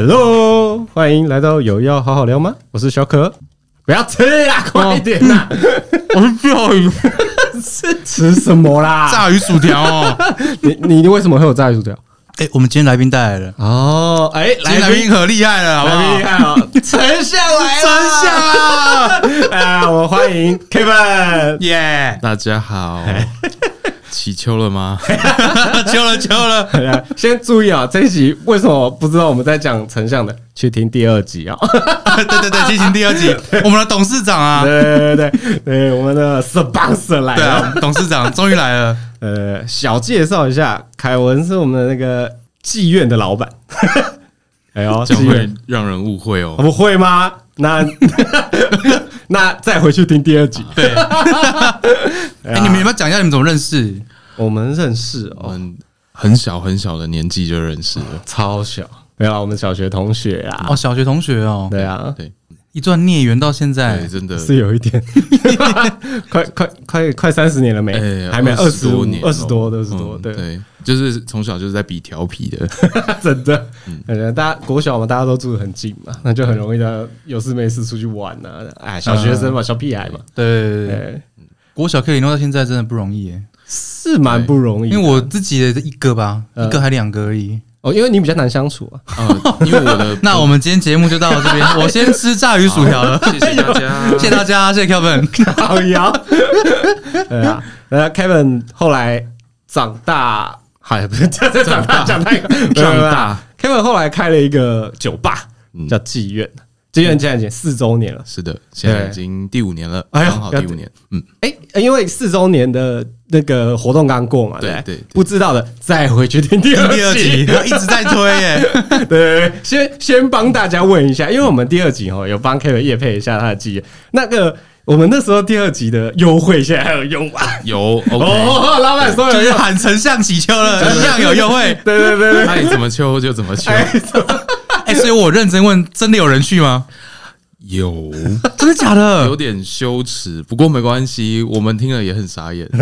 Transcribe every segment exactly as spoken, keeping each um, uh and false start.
Hello， 欢迎来到有要好好聊吗？我是小可，不要吃啦，快点啦！ 我是钓鱼， 是吃什么啦？ 炸鱼薯条哦。 你你为什么会有炸鱼薯条？ 哎、欸，我们今天来宾带来了哦，哎、欸， 来宾可厉害了，好不好？ 来宾厉害哦，丞相来了， 丞相啊！ 啊，我欢迎 Kevin， 耶！ 大家好，起秋了吗？ 秋了，秋了。 先注意啊，这一集为什么不知道我们在讲丞相的？去听第二集啊！ 对对对，去听第二集，我们的董事长啊， 对对对对，我们的 sponsor 来了， 对啊，董事长终于来了。 呃，小介绍一下，凯文是我们的那个妓院的老板。哎呦， 这样会让人误会哦。 不会吗？那那再回去听第二集。 对，哎、欸，你们有没有讲一下你们怎么认识？ 我们认识哦， 我们很小很小的年纪就认识了， 超小。没有啦，我们小学同学啊。 哦，小学同学哦。 对啊， 对， 一段孽缘到现在， 真的是有一点，快快快快三十年了没？ 欸、 还没二十多年， 二十多，二十多， 嗯、 对对，就是从小就是在比调皮的， 真的。嗯，大家国小嘛，大家都住得很近嘛，那就很容易的有事没事出去玩呐、啊。哎，小学生嘛，嗯、小屁孩嘛， 对对对对，国小可以弄到现在，真的不容易耶， 是蛮不容易。 因为我自己的一个吧，嗯、一个还两个而已。 哦，因为你比较难相处啊。 呃、因为我的那我们今天节目就到这边，我先吃炸鱼薯条了， 谢谢大家， 谢谢大家，谢谢 Kevin。 好呀，对啊，那 Kevin 后来长大，还不是在长大，讲太长大。 Kevin 后来开了一个酒吧，叫妓院。妓院现在已经四周年了， 是的，现在已经第五年了， 哎刚好第五年。嗯， 哎、欸，因为四周年的那个活动刚过嘛，对对， 对， 不知道的再回去听第二集， 他一直在推耶。 对对对，先先帮大家问一下，因为我们第二集哦有帮 Kevin 业配一下他的妓院，那个我们那时候第二集的优惠现在还有用吗？ 有 ，OK， 哦，老板说就是喊丞相起秋了，丞相有优惠。 对对对对， 爱怎么秋就怎么秋。 哎、欸，所以我认真问，真的有人去吗？ 有， 真的假的？ 有点羞耻，不过没关系，我们听了也很傻眼。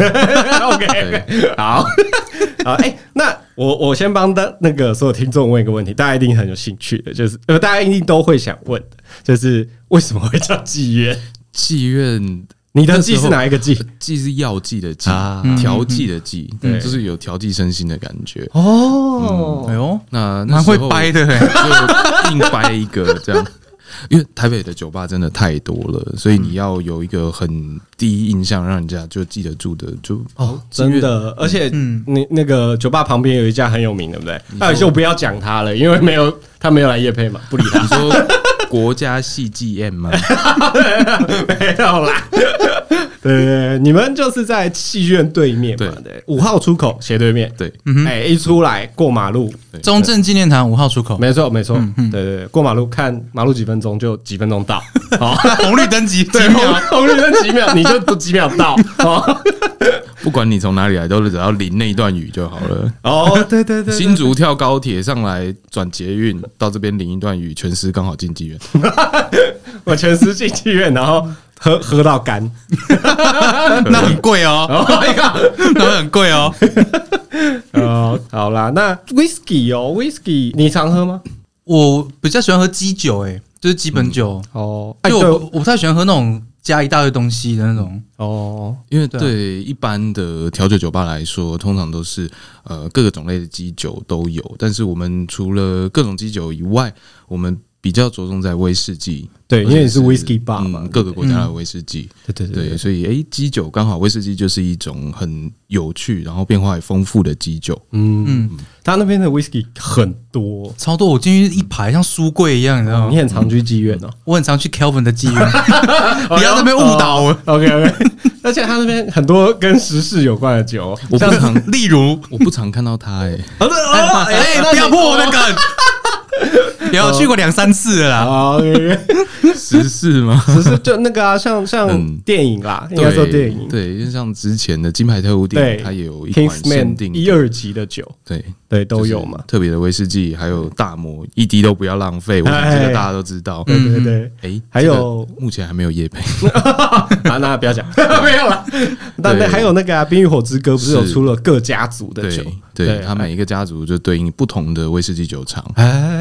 OK， 好，好，哎、欸，那我我先帮的那个所有听众问一个问题，大家一定很有兴趣的，就是呃，大家一定都会想问的，就是为什么会叫妓院？ 妓院。 你的妓是哪一个妓？ 妓是药剂的剂，调剂的剂，就是有调剂身心的感觉。 哦， 哎呦， 那蛮会掰的， 就硬掰一个这样。因为台北的酒吧真的太多了，所以你要有一个很第一印象，让人家就记得住的，就哦，真的。而且，你那个酒吧旁边有一家很有名，对不对？那就不要讲他了，因为没有他没有来业配嘛，不理他。 你说国家戏剧 M 吗？ 没有啦。对对对，你们就是在戏院对面嘛，对，五号出口斜对面， 对， 哎，一出来过马路， 中正纪念堂五号出口， 没错没错，对对对，过马路看马路几分钟就几分钟到，好， 红绿灯几几秒，红绿灯几秒你就都几秒到，哦， 不管你从哪里来，都只要淋那一段雨就好了。 哦，对对对， 新竹跳高铁上来转捷运到这边淋一段雨，全师刚好进妓院， 我全师进妓院，然后。喝喝到干， 那很贵哦，那很贵哦。 哦，好啦，那 whisky 哦 ，whisky 你常喝吗？ 我比较喜欢喝基酒，哎，就是基本酒。 嗯、哦， 就我我不太喜欢喝那种加一大堆东西的那种。 哦， 因为对一般的调酒酒吧来说，通常都是呃各个种类的基酒都有，但是我们除了各种基酒以外，我们比较着重在威士忌。 对，因为你是 whisky bar 嘛、 嗯，各个国家的威士忌， 对对 对, 对，所以诶，基酒刚好威士忌就是一种很有趣，然后变化也丰富的基酒。 嗯嗯，他那边的 whisky 很多， 超多，我进去一排像书柜一样，你知道吗？ 你很常去妓院哦， 我很常去 Kelvin 的妓院，不要那边误导我。 OK OK， 而且他那边很多跟时事有关的酒， 我不常， 例如我不常看到他，哎， 哎，不要破我的梗。有去过两三次了啦。 OK， 时事吗？ 时事就那个啊，像像电影啦，应该说电影。 对，因为像之前的金牌特务电影，它也有一款限定一二级的酒， 对对都有嘛。 特别的威士忌，还有大摩，一滴都不要浪费。我想这个大家都知道。 对对对， 哎， 还有目前还没有业配。 啊，那不要讲，没有了。但还有那个《冰与火之歌》，不是有出了各家族的酒？ 对，它每一个家族就对应不同的威士忌酒厂。 哎。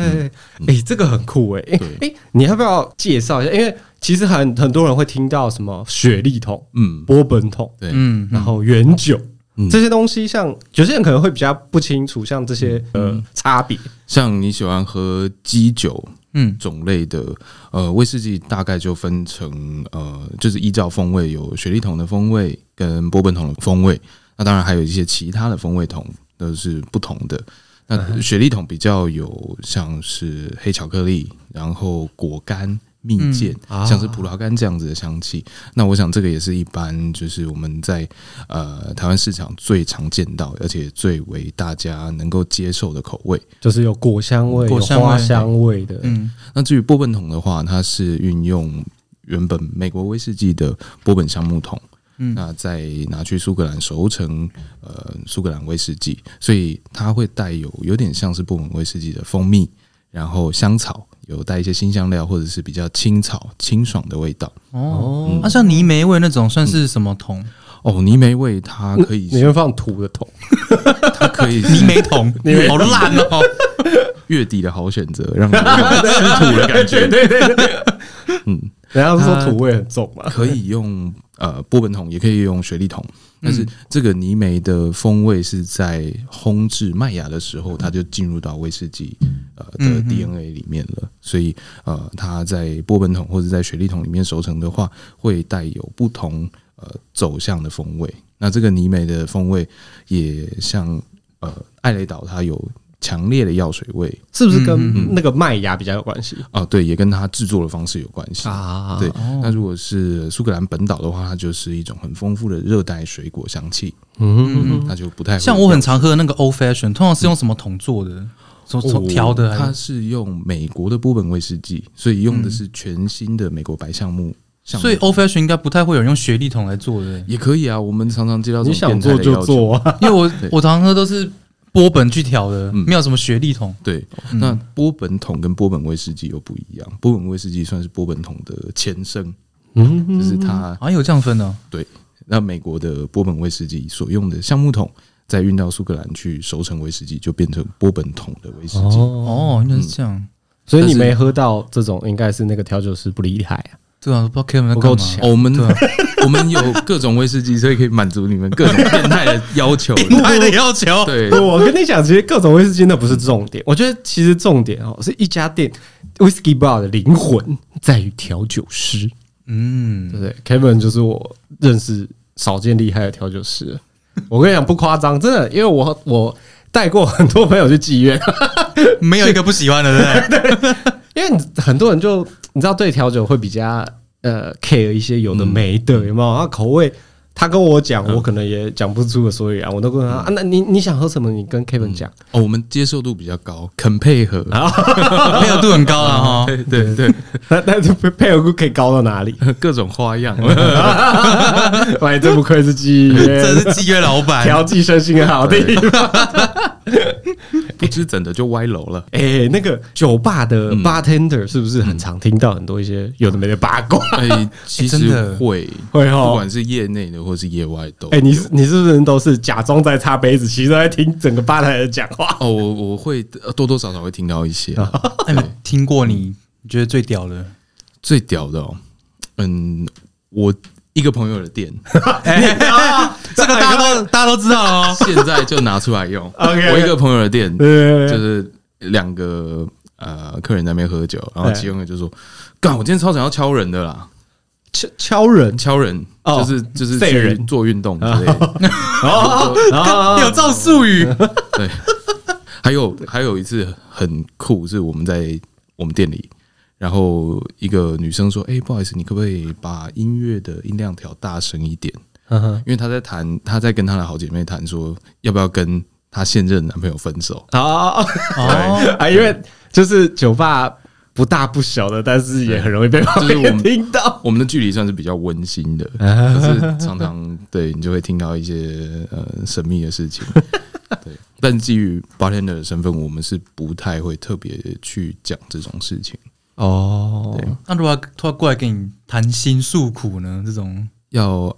哎，哎，这个很酷哎，哎哎，你要不要介绍一下？因为其实很很多人会听到什么雪莉桶、嗯，波本桶， 对， 嗯，然后原酒。这些东西，像有些人可能会比较不清楚，像这些呃差别。 像你喜欢喝基酒，嗯，种类的呃威士忌，大概就分成呃，就是依照风味，有雪莉桶的风味跟波本桶的风味。那当然还有一些其他的风味桶都是不同的。那雪莉桶比较有像是黑巧克力，然后果干。蜜饯，像是葡萄干这样子的香气，那我想这个也是一般就是我们在呃台湾市场最常见到，而且最为大家能够接受的口味， 就是有果香味、有花香味的。嗯， 那至于波本桶的话，它是运用原本美国威士忌的波本橡木桶，嗯，那再拿去苏格兰熟成呃苏格兰威士忌，所以它会带有有点像是波本威士忌的蜂蜜，然后香草。有带一些新香料，或者是比较清草、清爽的味道。 哦，那、嗯啊、像泥煤味那种算是什么桶？ 哦，泥煤味它可以， 你会放土的桶， 它可以泥煤桶，好烂哦！ 月底的好选择，让你有吃土的感觉。 对对对，嗯，人家说土味很重嘛， 可以用呃波本桶，也可以用雪莉桶。但是这个泥煤的风味是在烘制麦芽的时候，它就进入到威士忌呃的 D N A 里面了，所以呃它在波本桶或者在雪莉桶里面熟成的话，会带有不同呃走向的风味。那这个泥煤的风味也像呃艾雷岛，它有强烈的药水味， 是不是跟那个麦芽比较有关系？ 哦，对，也跟它制作的方式有关系啊。对，那如果是苏格兰本岛的话，它就是一种很丰富的热带水果香气，嗯，那就不太像我很常喝的那个 Old Fashion， 通常是用什么桶做的？调的？ 它是用美国的波本威士忌，所以用的是全新的美国白橡木。 所以 Old Fashion 应该不太会有人用雪莉桶来做的， 也可以啊。我们常常接到这种你想做就做啊， 因为我我常常喝都是。波本去调的，没有什么雪莉桶。 对，那波本桶跟波本威士忌又不一样。波本威士忌算是波本桶的前身，嗯，就是它好像有这样分呢。 对，那美国的波本威士忌所用的橡木桶，再运到苏格兰去熟成威士忌，就变成波本桶的威士忌。 哦，原来是这样。 所以你没喝到这种，应该是那个调酒师不厉害啊。 对啊，不知道 Kevin 不够强。 我们我们有各种威士忌，所以可以满足你们各种变态的要求。 变态的要求。 对， 我跟你讲，其实各种威士忌那不是重点。我觉得其实重点哦，是一家店 Whisky Bar 的灵魂在于调酒师。嗯，对不对 ？Kevin 就是我认识少见厉害的调酒师。我跟你讲不夸张，真的，因为我我带过很多朋友去妓院， 没有一个不喜欢的，对不对？ 因为很多人就你知道对调酒会比较呃 care 一些有的没的，有没有？他口味他跟我讲，我可能也讲不出个所以然，我都跟他啊，那你你想喝什么？你跟 Kevin 讲。 哦，我们接受度比较高，肯配合， 配合度很高了哈。 对对对， 那但是配合度可以高到哪里？ 各种花样。 哇，真不愧是妓院， 真是妓院老板， 调剂身心的好地方。 不知怎的就歪楼了。 哎、欸，那个酒吧的 bartender 是不是很常听到很多一些有的没的八卦？ 哎、欸，其实会会哈， 不管是业内的或是业外都。 哎、欸，你你是不是都是假装在擦杯子，其实都在听整个吧台的讲话？ 哦，我我会多多少少会听到一些。 哎、欸，听过你你觉得最屌的？ 最屌的哦，嗯，我。一个朋友的店， 欸哦、这个大家都大家都知道哦。 现在就拿出来用。 Okay, 我一个朋友的店，就是两个呃客人在那边喝酒，然后其中一个就说：“干，我今天超想要敲人的啦， 敲敲人， 敲人，哦、就是就是去做运动之类的。 哦”有造术语。 对，还有还有一次很酷，是我们在我们店里。然后一个女生说：“哎、欸，不好意思，你可不可以把音乐的音量调大声一点？因为她在谈，她在跟她的好姐妹谈说，要不要跟她现任男朋友分手？哦哦啊，因为就是酒吧不大不小的，但是也很容易被旁边人听到。 我们的距离算是比较温馨的，可是常常对你就会听到一些呃神秘的事情。对，但基于 bartender 的身份，我们是不太会特别去讲这种事情。” 哦，对，那如果他突然过来跟你谈心诉苦呢？这种要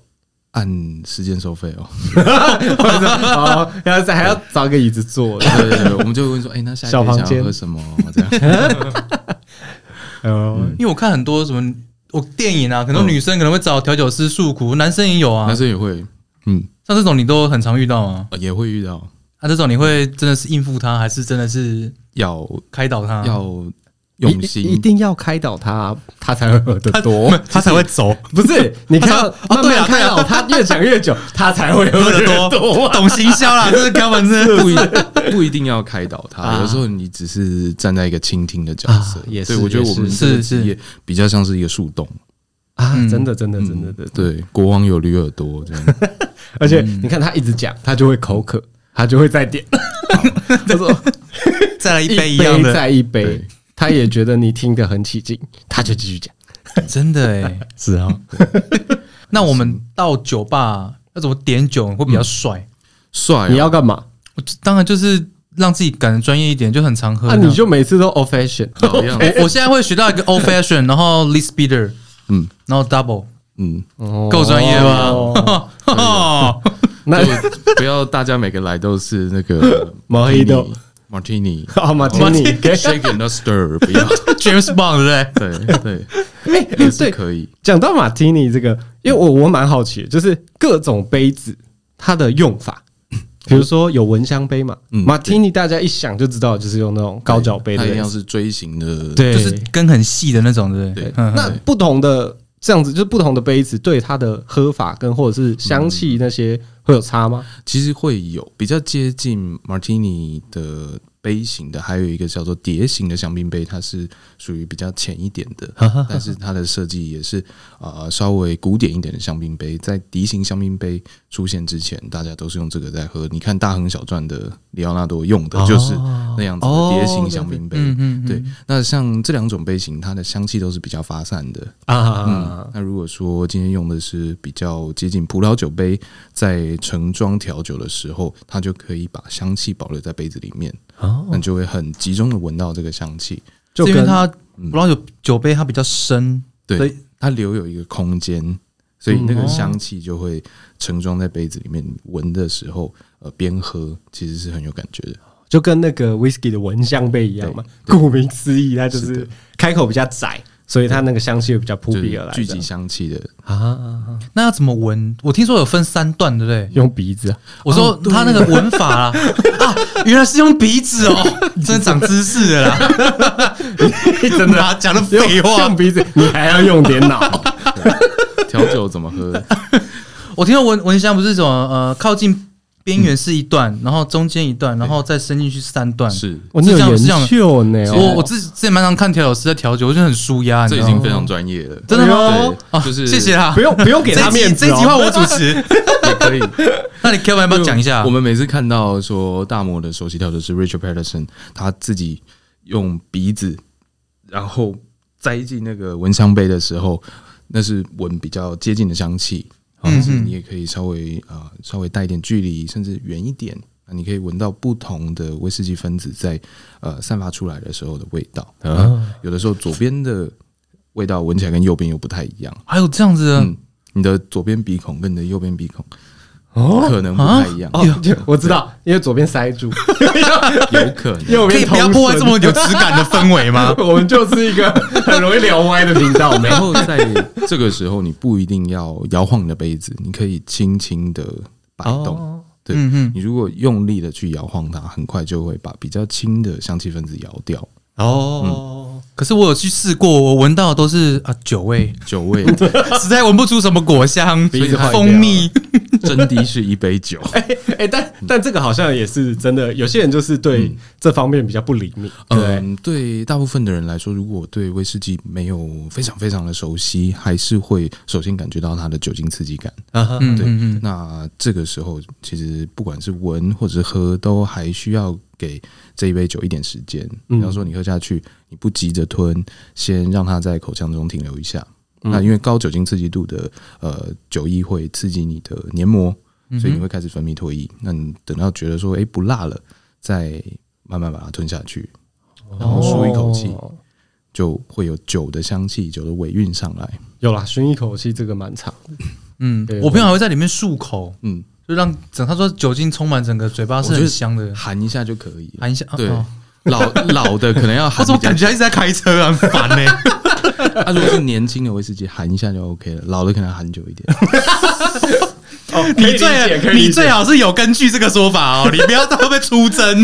按时间收费哦。 哦，要还要找个椅子坐。 对对对，我们就会问说，哎、欸，那下一杯想要喝什么？这样。 嗯，因为我看很多什么，我电影啊，可能女生可能会找调酒师诉苦，男生也有啊， 男生也会。嗯， 像这种你都很常遇到吗？ 也会遇到。 那、啊、这种你会真的是应付他，还是真的是要开导他？ 要用心， 一定要开导他，他才会喝得多， 他才会走。 不是，你看慢慢开导他，越讲越久，他才会喝得多。 懂行销啦，这是根本是不一不一定要开导他，有时候你只是站在一个倾听的角色。也是，我觉得我们这个职业比较像是一个树洞啊，真的，真的，真的， 对，国王有驴耳朵这样。 而且你看他一直讲，他就会口渴，他就会再点。他说再来一杯一样的， 再一杯。他也觉得你听得很起劲，他就继续讲。 真的哎、欸， 是啊。 那我们到酒吧要怎么点酒会比较帅？ 帅、嗯， 你要干嘛？ 我当然就是让自己感觉专业一点，就很常喝。 那、啊、你就每次都 old fashion。 我现在会学到一个 old fashion， 然后 least speeder， 嗯，然后 double， 嗯，够专业吧？ 哦、那不要大家每个来都是那个 Mojito。Martini， 哦 ，Martini，Shake and not stir， 不要 James Bond 对不对？对对，哎、欸，也是可以。 讲到 Martini 这个，因为我我蛮好奇的，就是各种杯子它的用法，比如说有蚊香杯嘛、嗯、，Martini 大家一想就知道，就是用那种高脚杯的， 它一样是锥形的， 对，就是根很细的那种，对不对？ 那不同的这样子，就是不同的杯子对它的喝法跟或者是香气那些。嗯会有差吗？ 其实会有，比较接近 Martini 的杯型的，还有一个叫做碟型的香槟杯，它是属于比较浅一点的，但是它的设计也是呃稍微古典一点的香槟杯。在笛型香槟杯出现之前，大家都是用这个在喝。你看大亨小传的里奥纳多用的就是那样子的碟型香槟杯。哦、对, 对，那像这两种杯型，它的香气都是比较发散的啊、嗯。那如果说今天用的是比较接近葡萄酒杯，在盛装调酒的时候，它就可以把香气保留在杯子里面，哦、那就会很集中的闻到这个香气。 就因为它葡萄酒酒杯它比较深， 对，它留有一个空间，所以那个香气就会盛装在杯子里面，闻的时候，呃，边喝其实是很有感觉的。 就跟那个 whisky 的蚊香杯一样嘛，顾名思义，它就是开口比较窄。所以它那个香气比较扑鼻而来， 聚集香气的啊。那要怎么闻？我听说有分三段，对不对？ 用鼻子啊。 我说它那个闻法啦，啊，原来是用鼻子哦，真的长知识了啦。 你真的讲的废话， 用鼻子，你还要用点脑。 调酒怎么喝？ 我听说闻闻香不是什么呃靠近。边缘是一段，然后中间一段，然后再伸进去三段。 是， 我、哦、你有研究呢。 我我之之前蛮常看调酒师在调酒，我觉得很舒压。 这已经非常专业了， 真的吗？ 对，就是、 哦、谢谢啦， 不用不用给他面子、哦， 这一集换我主持也可以。 那你 Kevin 要不要讲一下？ 我们每次看到说大摩的首席调酒师 Richard Patterson， 他自己用鼻子，然后栽进那个蚊香杯的时候，那是闻比较接近的香气。但是你也可以稍微呃稍微带一点距离，甚至远一点，你可以闻到不同的威士忌分子在呃散发出来的时候的味道。啊、有的时候左边的味道闻起来跟右边又不太一样。 还有这样子的， 嗯，你的左边鼻孔跟你的右边鼻孔。哦，可能不太一样。 哦，我知道，因为左边塞住， 有可能。 右边可以不要破坏这么有质感的氛围吗？ 我们就是一个很容易聊歪的频道。 然后在这个时候，你不一定要摇晃你的杯子，你可以轻轻的摆动。哦、对、嗯，你如果用力的去摇晃它，很快就会把比较轻的香气分子摇掉。 哦、嗯，可是我有去试过，我闻到的都是啊酒味， 酒味， 实在闻不出什么果香，蜂蜜。 真的是一杯酒， 哎、欸欸、但但这个好像也是真的，有些人就是对这方面比较不灵敏。 嗯，对大部分的人来说，如果对威士忌没有非常非常的熟悉，还是会首先感觉到它的酒精刺激感。啊、对、嗯嗯，那这个时候其实不管是闻或者是喝，都还需要给这一杯酒一点时间。比方说你喝下去，你不急着吞，先让它在口腔中停留一下。那因为高酒精刺激度的呃酒液会刺激你的黏膜，所以你会开始分泌唾液。那你等到觉得说哎、欸、不辣了，再慢慢把它吞下去，然后舒一口气，就会有酒的香气、酒的尾韵上来。 有啦，熏一口气这个蛮长的。 嗯，我朋友还会在里面漱口，嗯，就让整他说酒精充满整个嘴巴是很香的， 含一下就可以， 含一下， 对。哦老老的可能要含， 我怎么感觉他一直在开车啊，很烦呢、欸。 他、啊、如果是年轻的威士忌，含一下就 OK 了，老的可能要含久一点。 哦、 你最你最好是有根据这个说法哦，你不要到会被出征。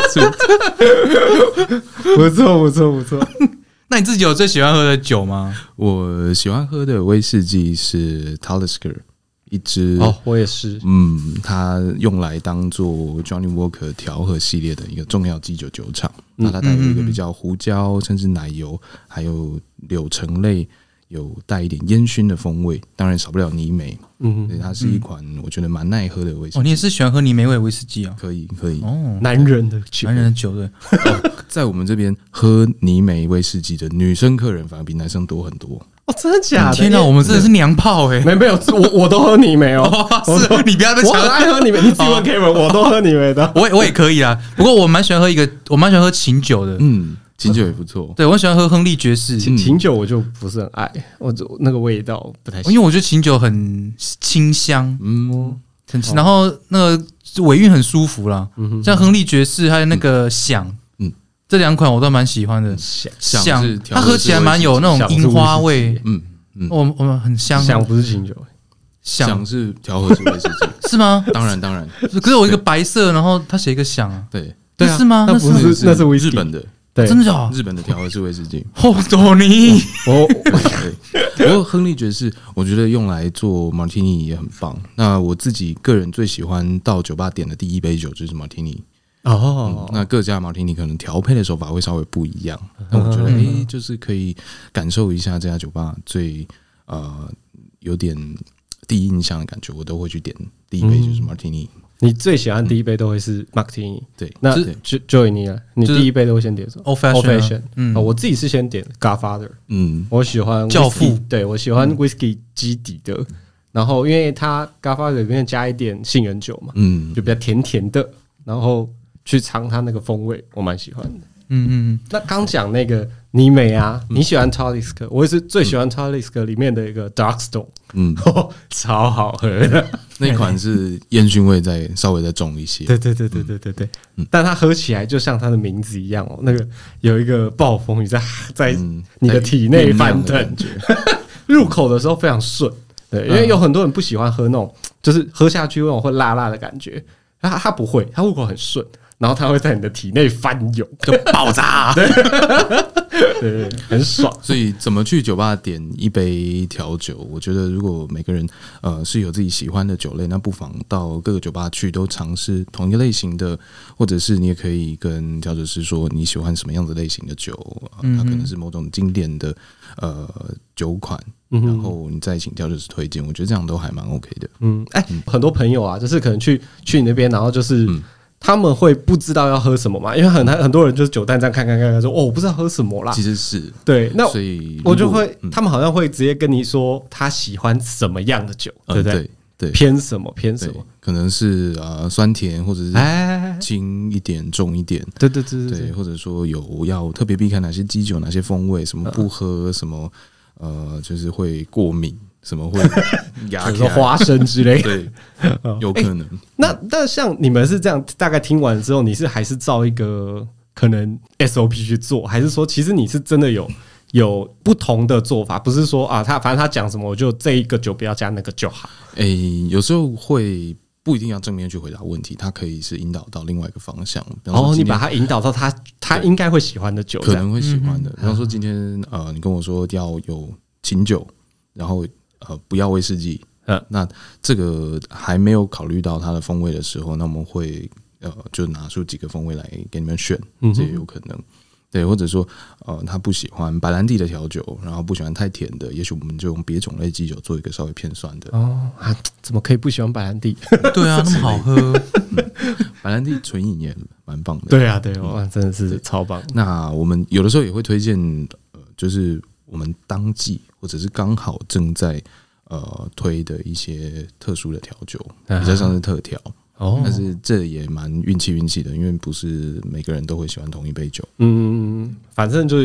不错不错不错。 那你自己有最喜欢喝的酒吗？ 我喜欢喝的威士忌是 Talisker。一支哦，我也是。 嗯，它用来当做 Johnny Walker 调和系列的一个重要基酒酒厂。嗯、那它带有一个比较胡椒，甚至奶油，还有柳橙类，有带一点烟熏的风味。当然少不了泥煤。嗯，对，它是一款我觉得蛮耐喝的威士忌。 哦，你也是喜欢喝泥煤味威士忌啊？ 可以，可以。 哦，男人的酒， 男人的酒对。 哦、在我们这边喝泥煤威士忌的女生客人反而比男生多很多。 哦，真的假的？ 天哪，我们真的是娘炮哎、欸！ 没没有，我我都喝泥煤哦。 是，你不要被抢。 我很爱喝泥煤，你自己问 Kevin， 我都喝泥煤的。 我也我也可以啦，不过我蛮喜欢喝一个，我蛮喜欢喝琴酒的。 嗯，琴酒也不错。 对，我喜欢喝亨利爵士。 琴琴酒我就不是很爱，我那个味道不太喜欢， 因为我觉得琴酒很清香，嗯，很然后那个尾韵很舒服啦。嗯、像亨利爵士还有那个响。这两款我都蛮喜欢的， 香， 它喝起来蛮有那种樱花味，嗯嗯，我我们很香。 香不是琴酒， 香是调和式威士忌， 是吗？ 当然当然。 可是我一个白色，然后它写一个响啊， 对对啊，是吗？ 那不是，那是威士忌， 日本的， 对， 真的假？ 日本的调和式威士忌。 好多你， 哦，对。不过亨利爵士，我觉得用来做马提尼也很棒。那我自己个人最喜欢到酒吧点的第一杯酒就是马提尼。哦、嗯，那各家马提尼可能调配的手法会稍微不一样，那我觉得，哎、欸，就是可以感受一下这家酒吧最呃有点第一印象的感觉，我都会去点第一杯就是马提尼。 你最喜欢第一杯都会是马提尼， 对？ 那 Joey 你呢？你第一杯都会先点什么 ？Old Fashion。嗯， 我自己是先点 Godfather， 嗯，我喜欢教父， 对我喜欢 Whisky 基底的，然后因为它 Godfather 里面加一点杏仁酒嘛，嗯，就比较甜甜的，然后。去尝它那个风味，我蛮喜欢的。嗯嗯嗯。那刚讲那个泥煤啊，嗯、你喜欢 Talisker， 我也是最喜欢 Talisker 里面的一个 Darkstone， 嗯，超好喝的。 那款是烟熏味再稍微再重一些。 对对对对对对对。嗯、但它喝起来就像它的名字一样哦，那个有一个暴风雨在在你的体内翻腾，入口的时候非常顺。对，因为有很多人不喜欢喝那种，就是喝下去那种会辣辣的感觉，它它不会，它入口很顺。然后它会在你的体内翻涌，就爆炸，对，对对，很爽。 所以怎么去酒吧点一杯调酒？我觉得如果每个人呃是有自己喜欢的酒类，那不妨到各个酒吧去都尝试同一个类型的，或者是你也可以跟调酒师说你喜欢什么样子类型的酒，呃、它可能是某种经典的呃酒款。然后你再请调酒师推荐，我觉得这样都还蛮 OK 的。嗯， 哎、欸，很多朋友啊，就是可能去去你那边，然后就是。嗯他们会不知道要喝什么嘛？因为很很多人就是酒单这样看看看看说哦，我不知道喝什么啦。 其实是对，那所以我就会，嗯、他们好像会直接跟你说他喜欢什么样的酒，嗯、对不对？ 对对， 偏什么偏什么， 可能是啊、呃、酸甜，或者是轻一点、重一点。 对对对 对, 对，或者说有要特别避开哪些基酒、哪些风味，什么不喝，什么呃就是会过敏。什么会牙？比如说花生之类的， 对，有可能。 欸、那那像你们是这样，大概听完之后，你是还是照一个可能 S O P 去做，还是说其实你是真的有有不同的做法？不是说啊，他反正他讲什么，我就这一个酒不要加那个就好。 诶、欸，有时候会不一定要正面去回答问题，它可以是引导到另外一个方向。 哦，你把它引导到他他应该会喜欢的酒， 可能会喜欢的。比方说今天呃，你跟我说要有琴酒，然后。呃，不要威士忌，嗯，那这个还没有考虑到它的风味的时候，那我们会呃，就拿出几个风味来给你们选，这也有可能，对，或者说呃，他不喜欢白兰地的调酒，然后不喜欢太甜的，也许我们就用别种类基酒做一个稍微偏酸的。 哦，啊，怎么可以不喜欢白兰地？ 对啊，那么好喝， 嗯、白兰地纯饮也蛮棒的。 对啊，对，哇，真的是超棒。 那我们有的时候也会推荐，呃，就是我们当季或者是刚好正在呃推的一些特殊的调酒，比较像是特调。哦，但是这也蛮运气运气的，因为不是每个人都会喜欢同一杯酒。 嗯，反正就是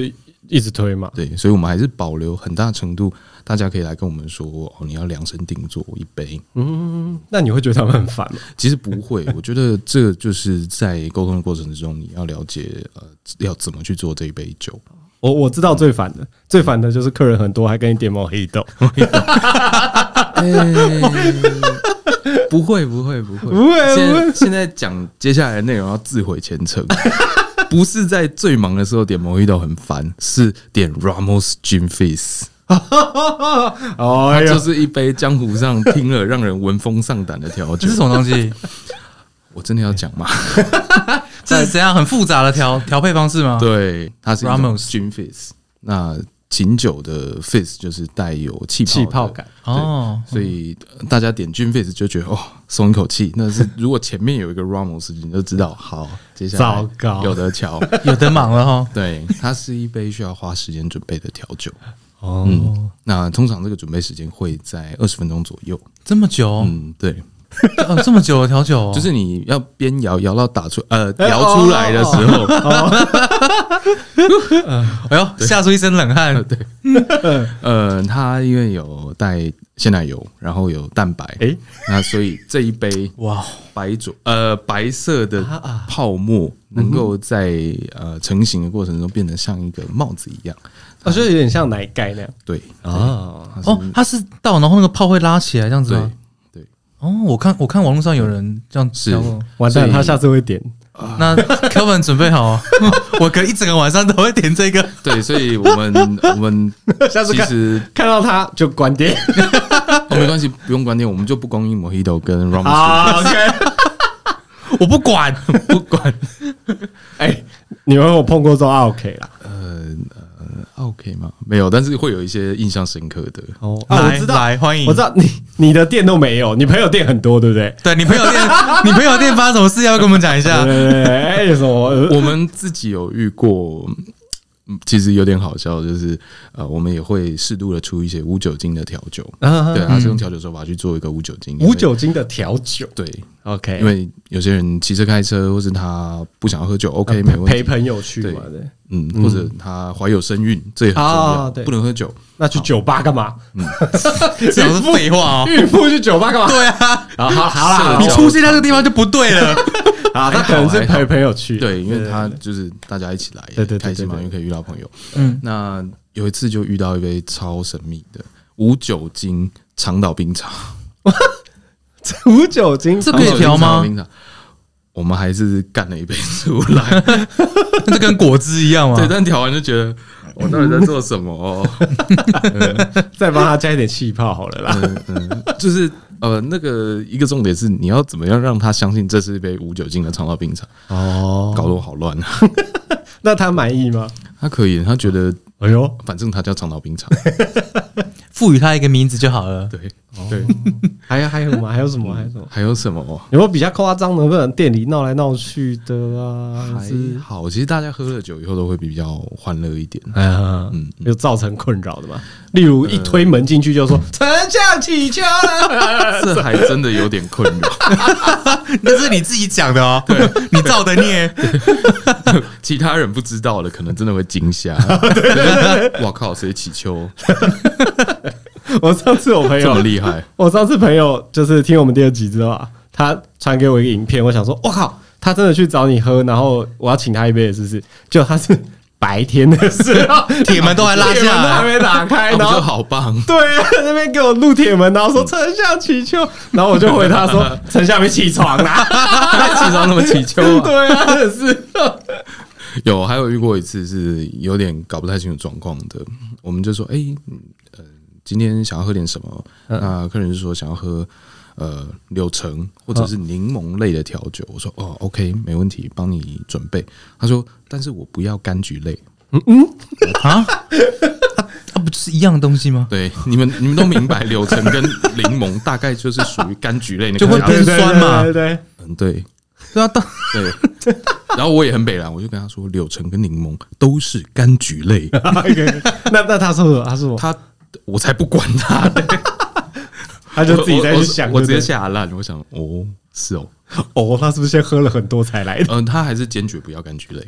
一直推嘛。 对，所以我们还是保留很大程度，大家可以来跟我们说，哦，你要量身定做一杯。 嗯，那你会觉得他们很烦吗？ 其实不会，我觉得这就是在沟通的过程之中，你要了解呃要怎么去做这一杯酒。 我我知道最烦的，最烦的就是客人很多，还跟你点毛黑豆。 欸、不会不会不会不会， 现在现在讲接下来的内容要自毁前程，不是在最忙的时候点 Mojito 很烦，是点 Ramos Gin Fizz。 哦， 它就是一杯江湖上听了让人闻风丧胆的调酒。 这是什么东西？ 我真的要讲吗？ 这是怎样很复杂的调调配方式吗？ 对，它是 Ramos Gin Fizz。那琴酒的 fizz 就是带有气泡气泡感哦，所以大家点 Gin Fizz 就觉得哦松一口气。那是如果前面有一个 Ramos， 你就知道好，接下来有得瞧， 有得忙了哈。 对，它是一杯需要花时间准备的调酒。 哦、 嗯，那通常这个准备时间会在二十分钟左右。 这么久？ 嗯，对。 哦，这么久的调酒、哦， 就是你要边摇摇到打出呃摇出来的时候， 哎呦，吓出一身冷汗。 对，呃，它因为有带鲜奶油，然后有蛋白，哎，那所以这一杯哇白浊呃白色的泡沫能够在呃成型的过程中变得像一个帽子一样， 我觉得有点像奶盖那样。 对啊， 哦，它是倒，然后那个泡会拉起来这样子吗？哦，我看我看网络上有人这样是， 完蛋，他下次会点。 那 Kelvin 准备好，我可能一整个晚上都会点这个。 对，所以我们我们下次看其实看到他就关店， 哦，没关系，不用关店，我们就不供应 Mojito 跟 Ramos。 啊 ，OK， 我不管， 不管。 哎，你们有碰过这种 OK 啦？ 呃。OK 吗？没有，但是会有一些印象深刻的哦。啊，我知道， 来欢迎， 我知道你你的店都没有，你朋友店很多，对不对？ 对，你朋友店，你朋友店发生什么事要跟我们讲一下？ 对对对，哎，有什么？ 我们自己有遇过，其实有点好笑，就是呃，我们也会适度的出一些无酒精的调酒，对，它是用调酒手法去做一个无酒精、 无酒精的调酒。 对 ，OK， 因为有些人骑车开车，或是他不想要喝酒 ，OK， 没问题， 陪朋友去嘛，对。 嗯，或者他怀有身孕，这也很重要，不能喝酒。 那去酒吧干嘛？ 嗯，这种是废话哦。 孕妇去酒吧干嘛？ 对啊， 好好好啦， 你出现在这个地方就不对了。 啊，他可能是陪朋友去， 对，因为他就是大家一起来， 对对， 开心嘛，因为可以遇到朋友。 嗯， 那有一次就遇到一杯超神秘的无酒精长岛冰茶， 无酒精这可以调吗？ 我们还是干了一杯出来， 这跟果汁一样吗？ 对，但调完就觉得我到底在做什么、哦嗯？再帮他加一点气泡好了啦。 嗯嗯，就是呃，那个一个重点是你要怎么样让他相信这是一杯无酒精的长岛冰茶哦，搞得我好乱啊。 那他满意吗？ 他可以，他觉得哎呦， 反正他叫长岛冰茶， 赋予他一个名字就好了。 对对，还有还有吗？还有什么？还有什么？ 还有什么？ 有没有比较夸张的？不能店里闹来闹去的啊？ 还好，其实大家喝了酒以后都会比较欢乐一点。 哎呀，嗯，有造成困扰的嘛？例如一推门进去就说“丞相乞求了”， 这还真的有点困扰。 那是你自己讲的哦，对，你造的孽。 其他人不知道的，可能真的会惊吓。哇靠，谁乞求？ 我上次我朋友这么厉害， 我上次朋友就是听我们第二集之后啊，他传给我一个影片，我想说，我靠，他真的去找你喝，然后我要请他一杯，是不是？就他是白天的时候， 铁门都还拉下来， 铁门都还没打开，然后好棒， 对啊，那边给我录铁门，然后说丞相祈求，然后我就回他说，丞相没起床啦， 起床那么祈求啊？ 对啊，真的是。 有，还有遇过一次是有点搞不太清楚状况的，我们就说，哎、欸，呃，今天想要喝点什么？嗯、那客人就说想要喝呃柳橙或者是柠檬类的调酒。我说哦 ，OK， 没问题，帮你准备。他说，但是我不要柑橘类。 嗯嗯啊，它不就是一样的东西吗？ 对，你们你们都明白，柳橙跟柠檬大概就是属于柑橘类， 就会偏酸嘛。 对对， 嗯，对。 对啊， 对，然后我也很北蓝，我就跟他说，柳橙跟柠檬都是柑橘类。 那那他说什么？他说他，我才不管他， 他就自己在去想， 我直接下烂。我想，哦，是哦， 哦，他是不是先喝了很多才来的？ 嗯，他还是坚决不要柑橘类。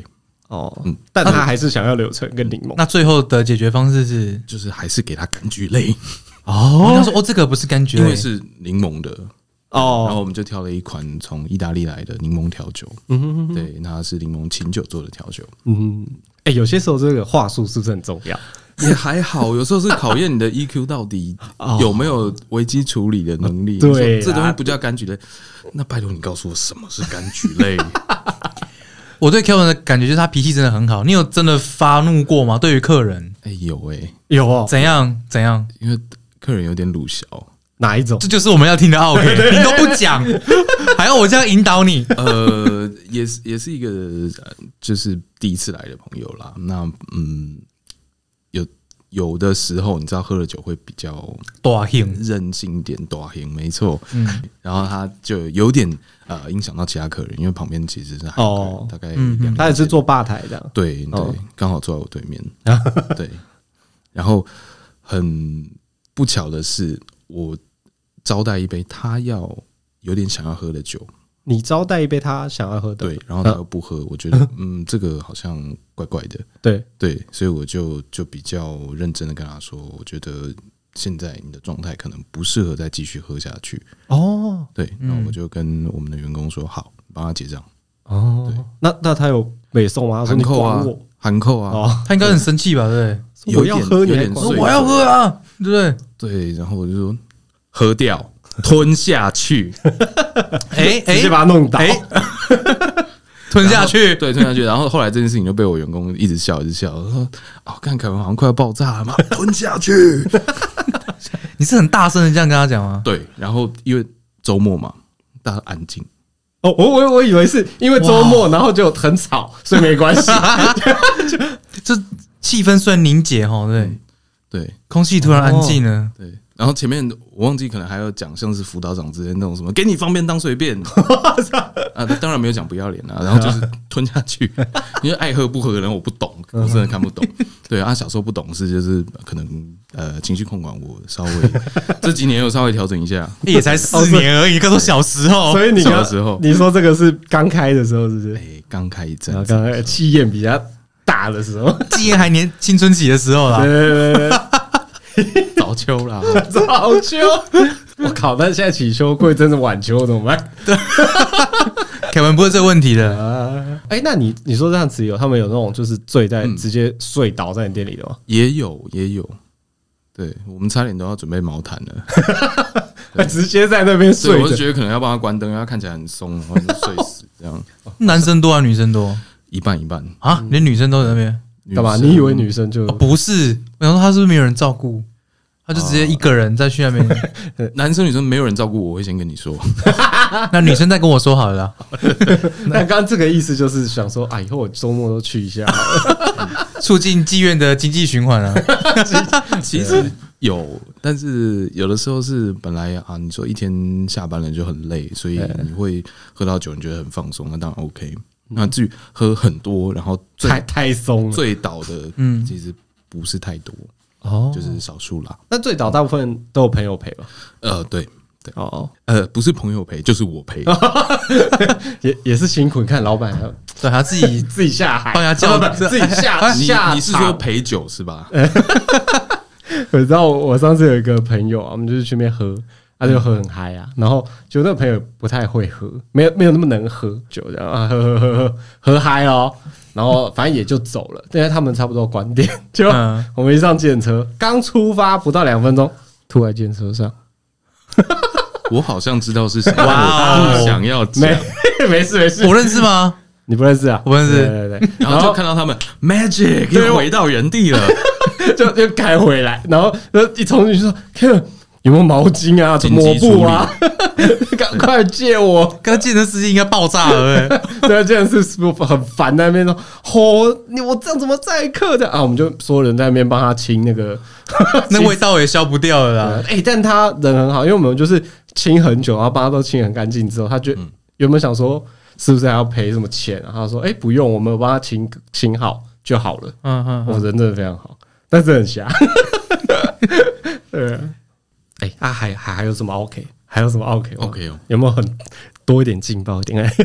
哦，嗯，但他还是想要柳橙跟柠檬。 那最后的解决方式是， 就是还是给他柑橘类。 哦，他说哦，这个不是柑橘类， 因为是柠檬的。 哦， 然后我们就挑了一款从意大利来的柠檬调酒，嗯哼哼哼，对，那是柠檬琴酒做的调酒， 嗯，哎、欸，有些时候这个话术是不是很重要？ 也还好，有时候是考验你的 E Q 到底有没有危机处理的能力。 哦、对， 这东西不叫柑橘类，那拜托你告诉我什么是柑橘类？ 我对 Kevin 的感觉就是他脾气真的很好。你有真的发怒过吗？对于客人？ 哎、欸，有哎、欸， 有哦， 怎样怎样？ 因为客人有点鲁小。 哪一种？ 这就是我们要听的 OK， 你都不讲，还要我这样引导你？ 呃，也是也是一个就是第一次来的朋友啦。那嗯，有有的时候你知道喝了酒会比较大型任性一点，大型没错。嗯，然后他就有点呃影响到其他客人，因为旁边其实是还哦，大概两他也是坐吧台的， 对对，刚好坐在我对面，对。然后很不巧的是，我招待一杯他要有点想要喝的酒， 你招待一杯他想要喝的， 对，然后他又不喝，我觉得嗯，这个好像怪怪的， 对对，所以我就就比较认真的跟他说，我觉得现在你的状态可能不适合再继续喝下去哦，对，然后我就跟我们的员工说，好，帮他结账哦，那那他有美送吗？他说你管我， 含扣啊， 哦，他应该很生气吧？对不对？我要喝，你还管我要喝啊，对不对？ 对，然后我就说。喝掉，吞下去， 哎哎， 直接把它弄倒， 欸、吞下去， 对，吞下去。然后后来这件事情就被我员工一直笑，一直笑，说：“哦，看凯文好像快要爆炸了嘛，吞下去。” 你是很大声的这样跟他讲吗？ 对，然后因为周末嘛，大家安静。 哦，我我我以为是因为周末，然后就很吵，所以没关系。 这气氛虽然凝结哈，对对， 空气突然安静了， 哦、对。然后前面我忘记可能还有讲像是辅导长之类那种什么给你方便当随便啊，当然没有讲不要脸啊，然后就是吞下去，因为爱喝不喝的人我不懂，我真的看不懂。对啊，小时候不懂事就是可能呃情绪控管我稍微这几年有稍微调整一下， 也才四年而已，刚说小时候， 所以你小时候你说这个是刚开的时候是不是？ 哎，刚开一阵， 刚开气焰比较大的时候， 气焰还年青春期的时候啦。 对对对对。 早秋啦， 早秋！我靠！但现在起秋贵，真的晚秋怎么办？ 凯文不会这个问题的啊！哎，那你你说这样子有他们有那种就是醉在直接睡倒在你店里的吗？ 也有也有，对我们差点都要准备毛毯了， 直接在那边睡。 我就觉得可能要帮他关灯，因为他看起来很松，然后就睡死这样。 男生多还是女生多？ 一半一半啊！连女生都在那边。 干嘛？你以为女生就、 哦、不是？我想说他是不是没有人照顾？他就直接一个人再去那边。 男生女生没有人照顾我，我会先跟你说。 那女生再跟我说好了啦。 那刚刚这个意思就是想说啊，以后我周末都去一下好了， 促进妓院的经济循环啊。 其实有，但是有的时候是本来啊，你说一天下班了就很累，所以你会喝到酒，你觉得很放松，那当然 OK。那至于喝很多，然后太太松醉倒的，嗯，其实不是太多哦，就是少数啦。 那醉倒大部分都有朋友陪吧？ 呃，对对哦， 呃，不是朋友陪，就是我陪， 也也是辛苦。你看老板对他自己自己下海， 帮他叫自己下下。 你是说陪酒是吧？ 我知道，我上次有一个朋友啊，我们就是去那边喝。他就喝很嗨啊，然后就那个朋友不太会喝，没有没有那么能喝酒，这样啊，喝喝喝喝喝嗨哦，然后反正也就走了。因为他们差不多关店，就我们一上计程车，刚出发不到两分钟，吐在计程车上。 我好像知道是谁，哇，想要讲， 没没事没事， 我认识吗？ 你不认识啊？ 我不认识。 对对对， 然后就看到他们 magic 又回到原地了， 就就开回来，然后一冲进去说 Kevin。有没有毛巾啊？抹布啊？赶快借我！ 刚刚健身司机应该爆炸了， 对，健身司机很烦那边说：“哦，你我这样怎么载客的啊？”我们就所有人在那边帮他清那个， 那味道也消不掉了啦。 哎、欸，但他人很好，因为我们就是清很久，然后帮他都清很干净之后，他就原本想说是不是还要赔什么钱、啊？他说：“哎、欸，不用，我们帮他清清好就好了。”嗯嗯，我人真的非常好，但是很瞎。对。哎、欸、啊，还还还有什么 OK？ 还有什么 OK？ OK 哦， 有没有很多一点劲爆一点？哎，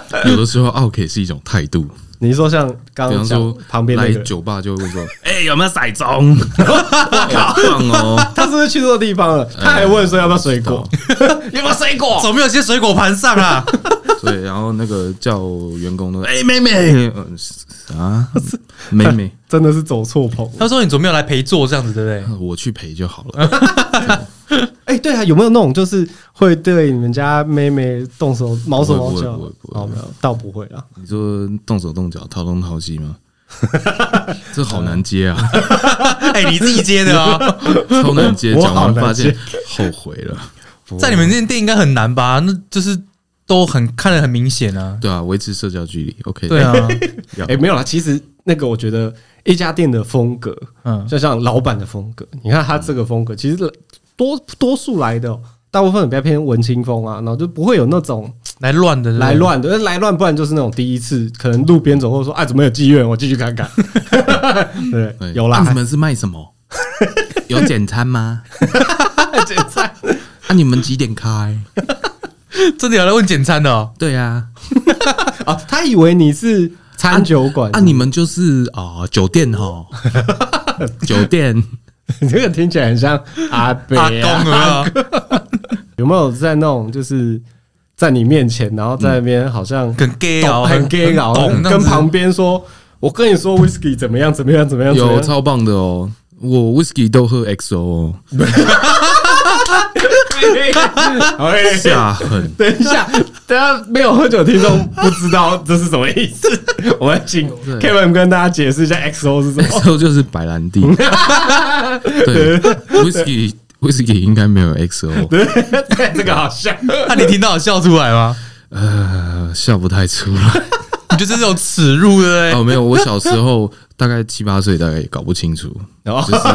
有的时候 OK 是一种态度。 你说像刚刚说旁边来酒吧就会问说：“哎、欸，有没有骰盅？”好棒哦！ 他是不是去错地方了？他还问说要不要水果？有没有水果？ 怎么没有些水果盘上啊？ 对，然后那个叫员工都：“哎、欸，妹妹，嗯、啊，妹妹， 真的是走错棚。” 他说：“你怎么没有来陪坐这样子，对不对？” 我去陪就好了。 哎、欸，对啊，有没有那种就是会对你们家妹妹动手毛手毛脚？哦，没有，倒不会啊。 你说动手动脚、掏东掏西吗？这好难接啊！ 哎、欸，你自己接的啊， 超难接。讲完发现后悔了。 在你们那间店应该很难吧？那就是都很看得很明显啊。 对啊，维持社交距离 ，OK。 对啊， 哎、欸，没有啦。其实那个我觉得一家店的风格，嗯，就像老板的风格，你看他这个风格，其实多多数来的、喔。大部分比较偏文青风啊，然后就不会有那种来乱的、 来乱的、来乱，不然就是那种第一次可能路边走或说啊，怎么有妓院，我继续看看。对，对有啦、 啊。你们是卖什么？有简餐吗？ 简餐？ 啊，你们几点开？ 真的有人问简餐的哦？ 对啊。 啊，他以为你是餐酒馆啊，啊，你们就是啊、呃、酒店哈，酒店。 你这个听起来很像阿伯啊， 阿公啊有没有在那种就是在你面前，然后在那边好像很 gay 啊， 很 gay 啊，跟旁边说，我跟你说 whisky 怎么样怎么样怎么样， 有超棒的哦，我 whisky 都喝 X O 哦。下狠！ 等一下，等一下没有喝酒听众不知道这是什么意思，我们请 Kevin 跟大家解释一下 X O 是什么。 X O 就是白兰地，对 ，whisky whisky 应该没有 X O， 对，这个好像。 那你听到有笑出来吗？ 呃，笑不太出来。 你就是这种耻辱的哦，没有，我小时候大概七八岁，大概也搞不清楚，就是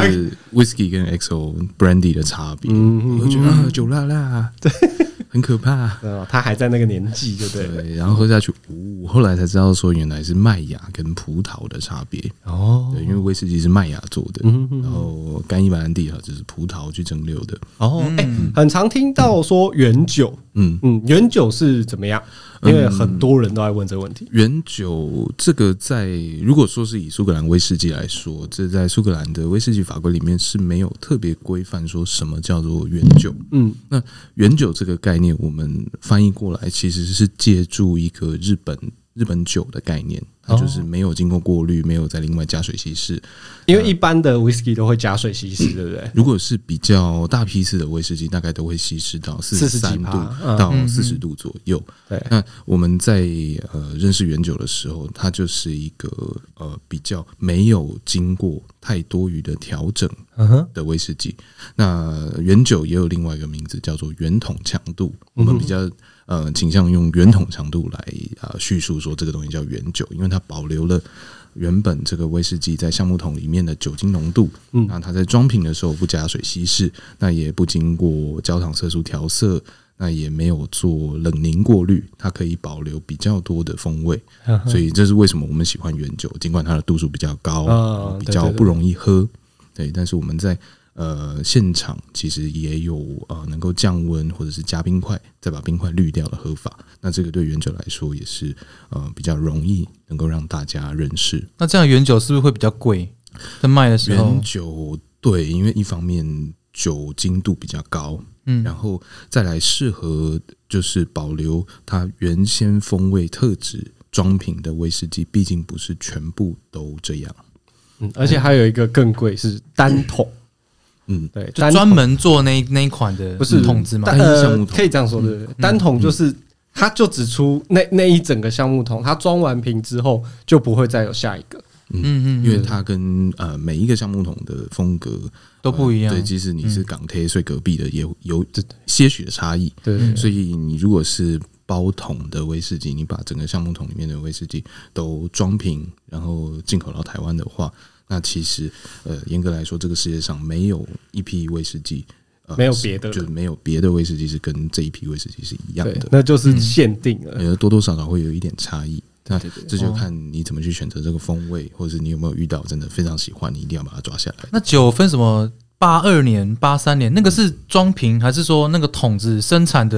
whisky 跟 X O brandy 的差别。嗯，我觉得啊，酒辣辣，对，很可怕。 他还在那个年纪，就对了。 对，然后喝下去，呜，后来才知道说原来是麦芽跟葡萄的差别。哦，对，因为威士忌是麦芽做的，然后干邑白兰地哈就是葡萄去蒸馏的。 哦，哎，很常听到说原酒，嗯嗯，原酒是怎么样？因为很多人都在问这个问题。 原酒这个在如果说是以苏格兰威士忌来说，这在苏格兰的威士忌法规里面是没有特别规范说什么叫做原酒。嗯，那原酒这个概念，我们翻译过来其实是借助一个日本日本酒的概念，它就是没有经过过滤，没有再另外加水稀释。 因为一般的威士忌都会加水稀释，对不对？ 如果是比较大批次的威士忌，大概都会稀释到四十三度到四十度左右。对，那我们在呃认识原酒的时候，它就是一个呃比较没有经过太多余的调整的威士忌。那原酒也有另外一个名字叫做原桶强度，我们比较呃倾向用原桶强度来啊叙述说这个东西叫原酒，因为它保留了原本这个威士忌在橡木桶里面的酒精浓度，嗯，那它在装瓶的时候不加水稀释，那也不经过焦糖色素调色，那也没有做冷凝过滤，它可以保留比较多的风味，所以这是为什么我们喜欢原酒，尽管它的度数比较高，哦、比较不容易喝，对，但是我们在呃现场其实也有呃能够降温或者是加冰块，再把冰块滤掉的喝法。那这个对原酒来说也是呃比较容易能够让大家认识。 那这样原酒是不是会比较贵？在卖的时候， 原酒对，因为一方面酒精度比较高，嗯，然后再来适合就是保留它原先风味特质装瓶的威士忌，毕竟不是全部都这样。 嗯，而且还有一个更贵是单桶。 嗯， 对，就专门做那那一款的不是桶子吗？ 呃，可以这样说，对不对？单桶就是它就只出那那一整个橡木桶，它装完瓶之后就不会再有下一个。 嗯嗯，因为它跟呃每一个橡木桶的风格都不一样。 对，即使你是港铁睡隔壁的，也有些许的差异。对，所以你如果是包桶的威士忌，你把整个橡木桶里面的威士忌都装瓶，然后进口到台湾的话。那其实，呃，严格来说，这个世界上没有一批威士忌，呃、 没有别的， 就是没有别的威士忌是跟这一批威士忌是一样的， 那就是限定了， 呃、嗯，多多少少会有一点差异。那这就看你怎么去选择这个风味，或者是你有没有遇到真的非常喜欢，你一定要把它抓下来。 那酒分什么八二年、八三年，那个是装瓶，还是说那个桶子生产的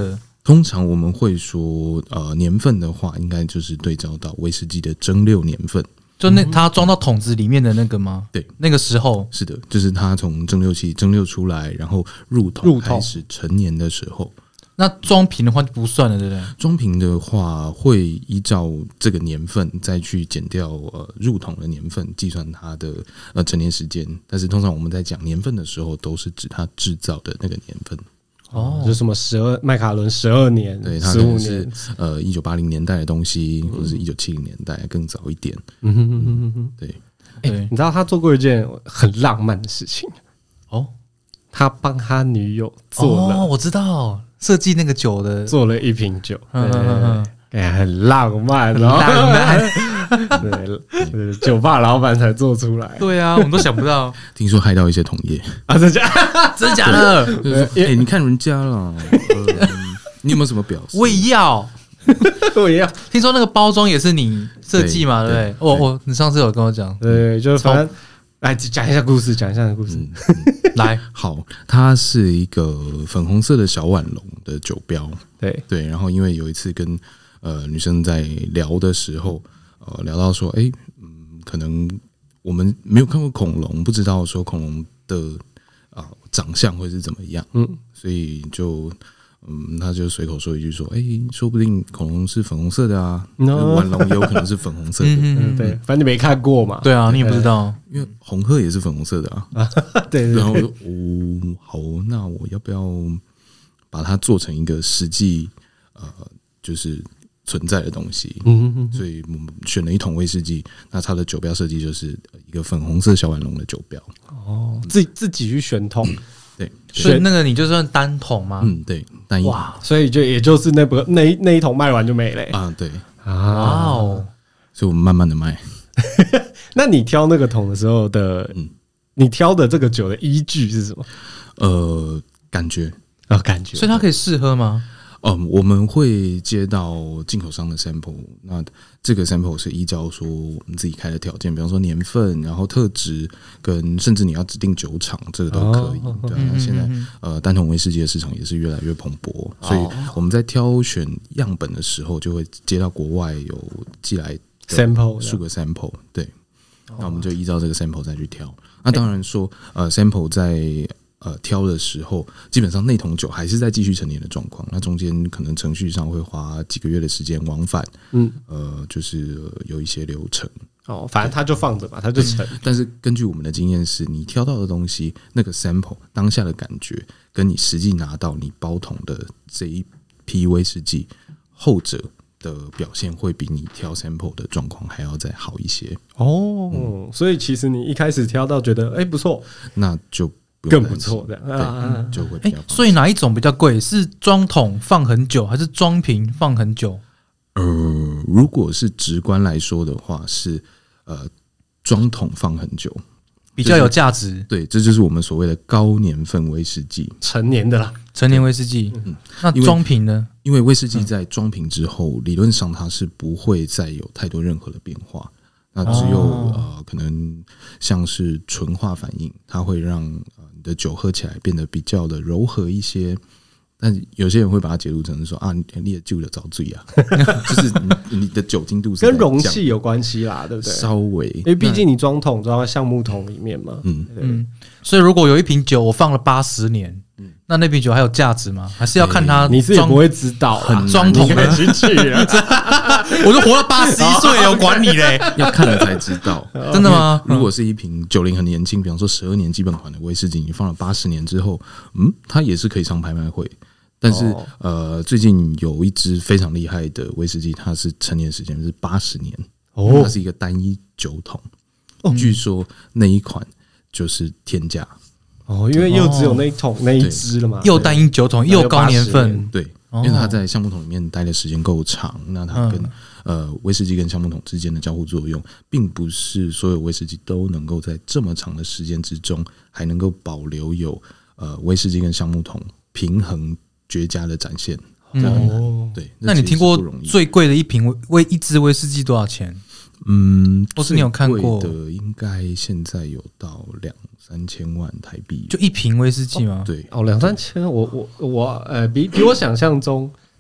通常我们会说，呃，年份的话，应该就是对照到威士忌的蒸馏年份。 就那它装到桶子里面的那个吗？ 对， 那个时候是的，就是它从蒸馏器蒸馏出来，然后入桶开始陈年的时候。 那装瓶的话就不算了，对不对？ 装瓶的话会依照这个年份再去减掉呃入桶的年份，计算它的呃陈年时间。但是通常我们在讲年份的时候，都是指它制造的那个年份。 哦，就什么十二麦卡伦十二年， 对，它可能是呃一九八零年代的东西，或者是一九七零年代更早一点。嗯哼哼哼哼，对。 哎、欸，你知道他做过一件很浪漫的事情哦，他帮他女友做了， 哦，我知道，设计那个酒的， 做了一瓶酒， 嗯嗯嗯， 哎，很浪漫， 很浪漫， 对，酒吧老板才做出来， 对啊，我们都想不到， 听说害到一些同业啊，真假， 真假的， 就是说，哎、欸，你看人家了，呃、你有没有什么表示？ 我也要。 我也要， 听说那个包装也是你设计嘛，对不对？我我你上次有跟我讲， 对，就是反正来讲一下故事，讲一下故事。嗯嗯、来，好，它是一个粉红色的小碗龙的酒标， 对对。然后因为有一次跟呃女生在聊的时候，呃聊到说，哎、欸，嗯，可能我们没有看过恐龙，不知道说恐龙的啊、呃、长相会是怎么样，嗯，所以就。嗯，他就随口说一句说：“哎、欸，说不定恐龙是粉红色的啊，腕龙也有可能是粉红色的。 嗯”对，反正你没看过嘛。 对啊，你也不知道， 因为红鹤也是粉红色的啊。 对对对。 然后我说：“哦，好，那我要不要把它做成一个实际呃，就是存在的东西？”嗯嗯。所以我们选了一桶威士忌，那它的酒标设计就是一个粉红色小碗龙的酒标。 哦，自己自己去选桶。 对， 所以那个你就算单桶吗？ 嗯，对，单一桶。 哇，所以就也就是那不那那一桶卖完就没了、欸、 啊，对啊，哇哦， 所以我们慢慢的卖。 那你挑那个桶的时候的，嗯，你挑的这个酒的依据是什么？ 呃，感觉啊，感觉， 所以它可以试喝吗？ 嗯，我们会接到进口商的 sample， 那这个 sample 是依照说我们自己开的条件，比方说年份，然后特质，跟甚至你要指定酒厂，这个都可以。哦、对、啊，那现在呃单桶威士忌的市场也是越来越蓬勃，所以我们在挑选样本的时候，就会接到国外有寄来 sample 数个 sample， 对，那我们就依照这个 sample 再去挑。那当然说，呃 sample 在呃，挑的时候，基本上那桶酒还是在继续陈年的状况，那中间可能程序上会花几个月的时间往返，嗯，呃，就是有一些流程。 哦，反正它就放着吧，它就陈。 但是根据我们的经验是，你挑到的东西，那个 sample 当下的感觉，跟你实际拿到你包桶的这一批威士忌，后者的表现会比你挑 sample 的状况还要再好一些。 哦，嗯、所以其实你一开始挑到觉得哎、欸、不错， 那就。 更不错的， 对，啊、就会比较、欸。 所以哪一种比较贵？是装桶放很久，还是装瓶放很久？ 呃，如果是直观来说的话，是呃装桶放很久比较有价值、就是。 对，这就是我们所谓的高年份威士忌， 成年的啦， 成年威士忌。嗯，那装瓶呢？ 因为威士忌在装瓶之后，理论上它是不会再有太多任何的变化。那只有、哦、呃，可能像是醇化反应，它会让呃你的酒喝起来变得比较的柔和一些。但有些人会把它解读成说啊，你也酒了遭罪啊，就是你你的酒精度是跟容器有关系啦，对不对？ 稍微， 因为毕竟你装桶装在橡木桶里面嘛。嗯嗯，所以如果有一瓶酒我放了八十年。那那瓶酒还有价值吗？还是要看它、欸？ 你是也不会知道， 很装桶的进去了。 我都活到八十一岁了，我管你嘞！ 要看了才知道， 真的吗？ 如果是一瓶酒龄很年轻，比方说十二年基本款的威士忌，你放了八十年之后，嗯，它也是可以上拍卖会。但是、哦、呃，最近有一支非常厉害的威士忌，它是陈年时间是八十年，哦，它是一个单一酒桶，哦，据说那一款就是天价。 哦，因为又只有那一桶那一支了嘛， 又单一酒桶又高年份， 对，因为它在橡木桶里面待的时间够长，那它跟、嗯、呃威士忌跟橡木桶之间的交互作用，并不是所有威士忌都能够在这么长的时间之中还能够保留有呃威士忌跟橡木桶平衡绝佳的展现。哦，对， 那你听过最贵的一瓶威一支威士忌多少钱？ 嗯， 或是你有看过的？应该现在有到两三千万台币， 就一瓶威士忌吗？ 对， 哦，两三千，我我我呃，比比我想象中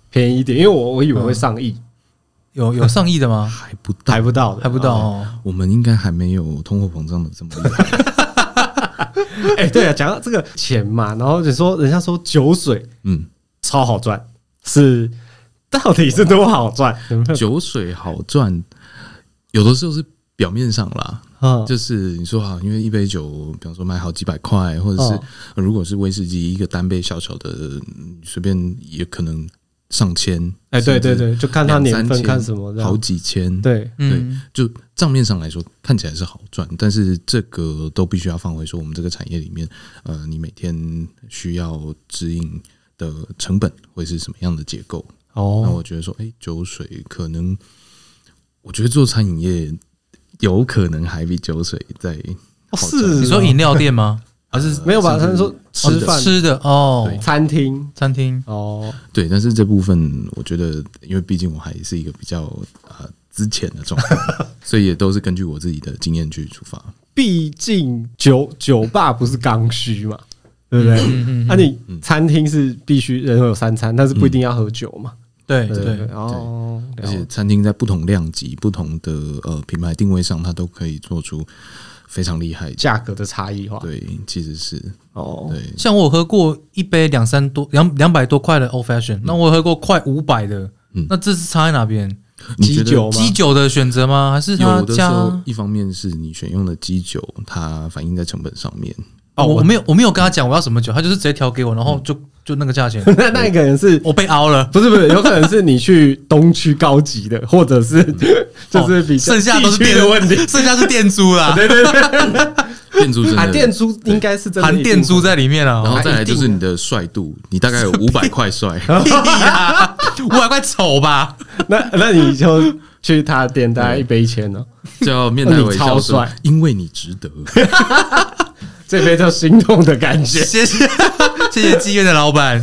便宜一点，因为我我以为会上亿， 有有上亿的吗？ 还不到， 还不到的， 还不到哦。 我们应该还没有通货膨胀的这么厉害。 哎、欸，对啊，讲到这个钱嘛，然后你说人家说酒水，嗯，超好赚，是到底是多好赚？ 酒水好赚，有的时候是表面上啦。嗯、就是你说好，因为一杯酒，比方说卖好几百块，或者是、哦、如果是威士忌一个单杯小小的，随便也可能上千。 哎、欸，对对对，就看它年份，看什么， 好几千。 对对，嗯、就账面上来说看起来是好赚，但是这个都必须要放回说我们这个产业里面，呃，你每天需要支应的成本会是什么样的结构？哦，那我觉得说，哎、欸，酒水可能，我觉得做餐饮业。有可能还比酒水在好赚。 是你说饮料店吗？还是没有吧？他是说吃饭吃的哦， 餐厅餐厅哦， 对。但是这部分我觉得，因为毕竟我还是一个比较呃资浅的状态，所以也都是根据我自己的经验去出发。 毕竟酒酒吧不是刚需嘛，对不对？那、嗯嗯啊、你餐厅是必须人有三餐，但是不一定要喝酒嘛。 对对对， 哦， 而且餐厅在不同量级、不同的呃品牌定位上，它都可以做出非常厉害价格的差异化。 对，其实是哦，对。 像我有喝过一杯两三多两两百多块的 Old Fashion， 那、嗯、我有喝过快五百的，嗯、那这是差在哪边？ 基酒基酒的选择吗？还是它有的时候一方面是你选用的基酒，它反映在成本上面。 哦，我没有，我没有跟他讲我要什么酒，他就是直接调给我，然后就就那个价钱。 那那一个人是我被凹了， 不是不是，有可能是你去东区高级的，或者是就是比剩下都是店的问题， 剩下是店租啦。 对对对， 店租真的， 啊，店租应该是真的含店租在里面啊。 然后再来就是你的帅度，你大概有五百块帅， 五百块丑吧？ 那那你就去他的店，大概一杯一千呢， 就要面带微笑说，因为你值得。 这杯就心动的感觉， 谢谢谢谢妓院的老板。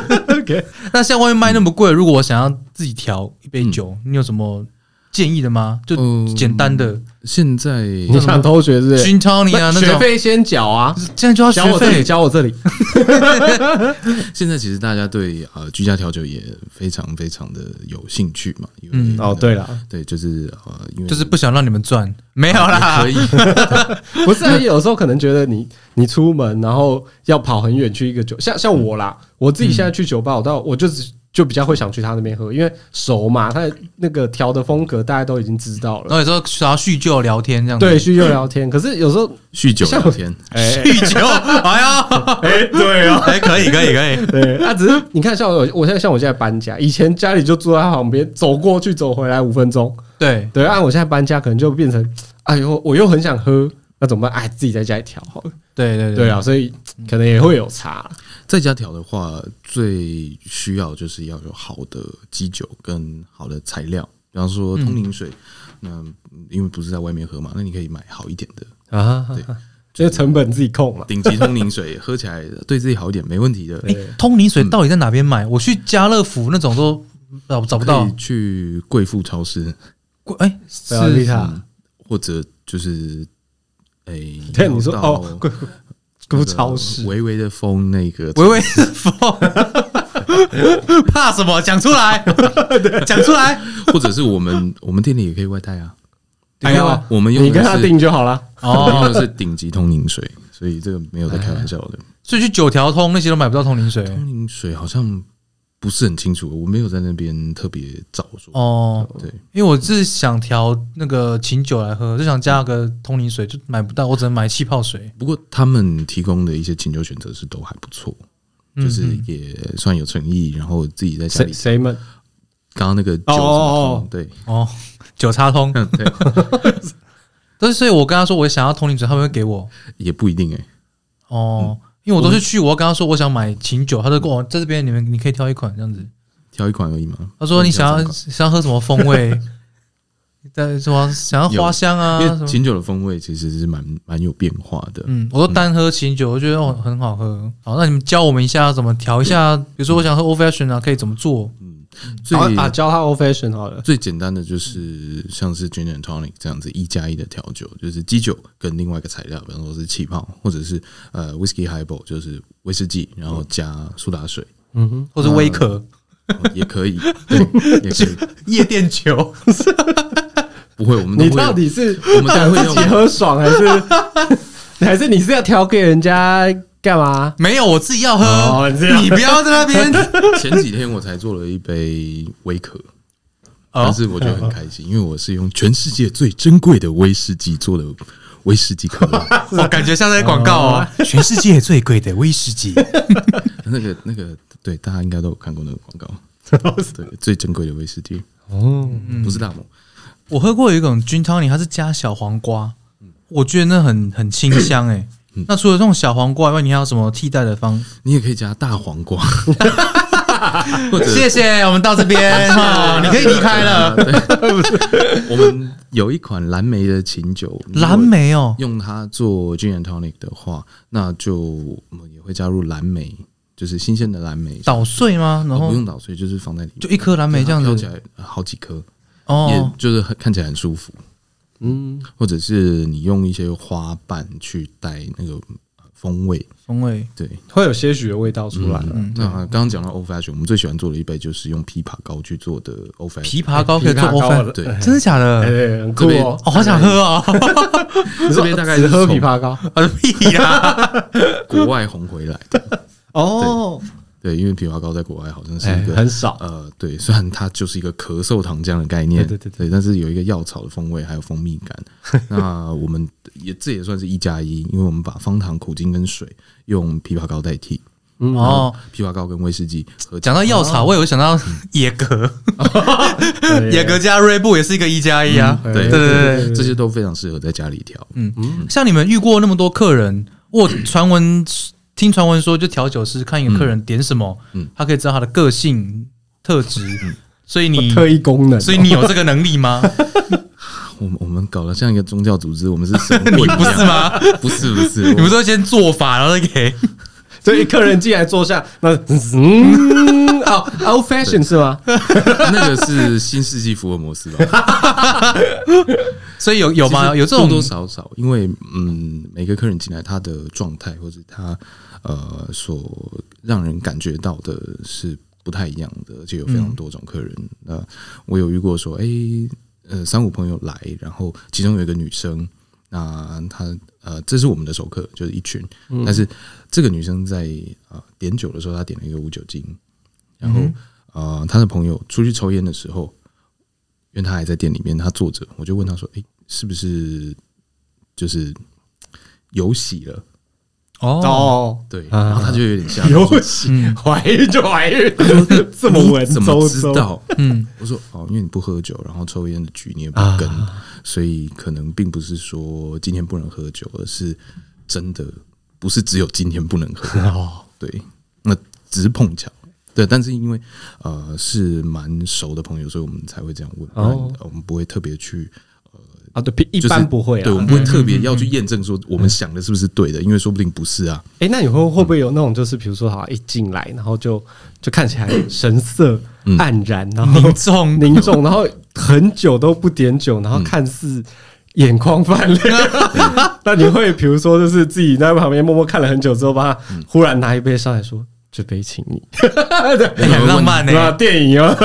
OK， 那像外面卖那么贵，如果我想要自己调一杯酒，嗯、你有什么建议的吗？就简单的。嗯、 现在你想偷学是不是 ？Gin Tonic 啊，那种学费先缴啊， 现在就要学费， 教我这里。 现在其实大家对呃居家调酒也非常非常的有兴趣嘛。因为嗯、哦，对了， 对，就是呃，因为就是不想让你们赚，没有啦， 可以。 不是、啊，有时候可能觉得你你出门然后要跑很远去一个酒，像像我啦，我自己现在去酒吧，我到我就只。就比较会想去他那边喝，因为熟嘛，他那个调的风格大家都已经知道了。 然后有时候想要叙旧聊天这样子， 对，叙旧聊天。可是有时候酗酒聊天， 酗酒，哎呀， 哎，对啊， 哎，可以，可以，可以。 对，那、啊、只是你看，像我，我现在像我现在搬家，以前家里就住在他旁边，走过去走回来五分钟。 对对，按、啊、我现在搬家，可能就变成，哎呦，我又很想喝，那怎么办？哎，自己在家里调好了。 对对 对, 对啊，所以可能也会有差。 在家调的话，最需要就是要有好的基酒跟好的材料，比方说通灵水。嗯、那因为不是在外面喝嘛，那你可以买好一点的啊。对， 这成本自己控嘛。 顶级通灵水喝起来对自己好一点，没问题的。 欸、通灵水到底在哪边买？我去家乐福那种都找找不到。 可以去贵妇超市。 贵哎， 是啊， 或者就是哎， 对你说哦，贵妇。不超市， 微微的风，那个微微的风，怕什么？讲出来，讲出来， 或者是我们我们店里也可以外带啊。 哎呀， 我们用你跟他订就好了。 哦，用的是顶级通灵水，所以这个没有在开玩笑的。 所以去九条通那些都买不到通灵水， 通灵水好像不是很清楚，我没有在那边特别找说。 哦，对，因为我是想调那个琴酒来喝，就想加个通灵水，就买不到，我只能买气泡水。 不过他们提供的一些琴酒选择是都还不错，就是也算有诚意，然后自己在家里。 谁们？ 刚刚那个酒哦， 对哦，酒插通， 嗯，对。 但是所以我跟他说我想要通灵水，他们会给我？ 也不一定哎、欸。 哦。嗯，因为我都是去，我要跟他说我想买琴酒，他就跟我在这边，你们你可以挑一款这样子， 挑一款而已嘛。 他说你想要想要喝什么风味，在什么想要花香啊？ 因为琴酒的风味其实是蛮蛮有变化的。嗯， 我都单喝琴酒，我觉得哦很好喝。好，那你们教我们一下怎么调一下，比如说我想喝 Old Fashion 啊，可以怎么做？嗯， 最啊教他 Old Fashion 好了。 最简单的就是像是 Gin and Tonic 这样子一加一的调酒，就是基酒跟另外一个材料，比方说是气泡，或者是呃 Whisky Highball 就是威士忌，然后加苏打水， 嗯哼，或者威可。 哦、也可以，对，也可以。 夜店球不会，我们都你会到底是我们都会用自己喝爽，还是还是你是要调给人家干嘛？ 没有，我自己要喝， 哦你自己要喝你不要在那边。 前几天我才做了一杯威可，但是我觉得很开心，因为我是用全世界最珍贵的威士忌做的威士忌可乐， 我感觉像在广告哦，全世界最贵的威士忌。 那个那个，对，大家应该都有看过那个广告，对，最珍贵的威士忌哦，不是大某。 我喝过有一种菌汤尼，它是加小黄瓜，我觉得那很很清香哎、欸。那除了这种小黄瓜以外，你还有什么替代的方？ 你也可以加大黄瓜。 谢谢，我们到这边哈，你可以离开了。 我们有一款蓝莓的琴酒， 蓝莓哦， 用它做 gin and tonic 的话，那就我们也会加入蓝莓，就是新鲜的蓝莓， 捣碎吗？然后、 哦、不用捣碎，就是放在里面， 就一颗蓝莓这样子， 飘起来好几颗， 哦， 也就是很看起来很舒服。嗯，或者是你用一些花瓣去带那个风味， 风味对， 会有些许的味道出来了。 嗯、那刚刚讲到 old fashion， 我们最喜欢做的一杯就是用枇杷膏去做的 old fashion。 枇杷膏可以做 old fashion， 对， 真的假的？ 对，很酷哦， 哦，好想喝哦。 这边大概是喝枇杷膏， 啊屁呀， 国外红回来的哦。 对，因为枇杷膏在国外好像是一个、 欸、很少， 呃，对，虽然它就是一个咳嗽糖浆的概念， 对对 对, 对，但是有一个药草的风味，还有蜂蜜感。那我们也这也算是一加一，因为我们把方糖、苦精跟水用枇杷膏代替。 嗯、哦， 枇杷膏跟威士忌合。 讲到药草，我有想到野格，野格加瑞布也是一个一加一啊。 对对对对，这些都非常适合在家里调。 嗯嗯，像你们遇过那么多客人，我传闻。听传闻说，就调酒师看一个客人点什么，嗯、他可以知道他的个性特质，嗯、所以你特异功能， 所以你有这个能力吗？ 我们我们搞得像一个宗教组织，我们是神你不是吗？ 不是不是， 你们说先做法，然后再给。 所以客人进来坐下，那嗯，哦 ，old fashion 是吗？ 那个是新世纪福尔摩斯吧？ 所以有有吗？有这种多多少少，因为嗯，每个客人进来他的状态或者他呃所让人感觉到的是不太一样的，而且有非常多种客人。那、呃、我有遇过说，哎、欸，呃，三五朋友来，然后其中有一个女生。那她呃，这是我们的熟客，就是一群。嗯、但是这个女生在呃点酒的时候，她点了一个无酒精。然后、嗯、呃，她的朋友出去抽烟的时候，因为她还在店里面，她坐着，我就问她说：“哎、欸，是不是就是有喜了？” 哦， 对，然后她就有点吓， 有喜，怀孕就怀孕，这么文怎么知道？ 嗯， 我说哦，因为你不喝酒，然后抽烟的局你也不跟。啊，所以可能并不是说今天不能喝酒，而是真的不是只有今天不能喝。哦，对，那只是碰巧。对，但是因为呃是蛮熟的朋友，所以我们才会这样问。哦，我们不会特别去呃啊，对，一般不会啊， 对，我们不会特别要去验证说我们想的是不是对的，因为说不定不是啊。 哎，那你会会不会有那种就是比如说好一进来，然后就就看起来神色黯然，然后凝重凝重，然后很久都不点酒，然后看似眼眶泛泪。那你会比如说就是自己在旁边默默看了很久之后，把他忽然拿一杯上来说。这杯请你， 很浪漫呢、欸。 电影哦，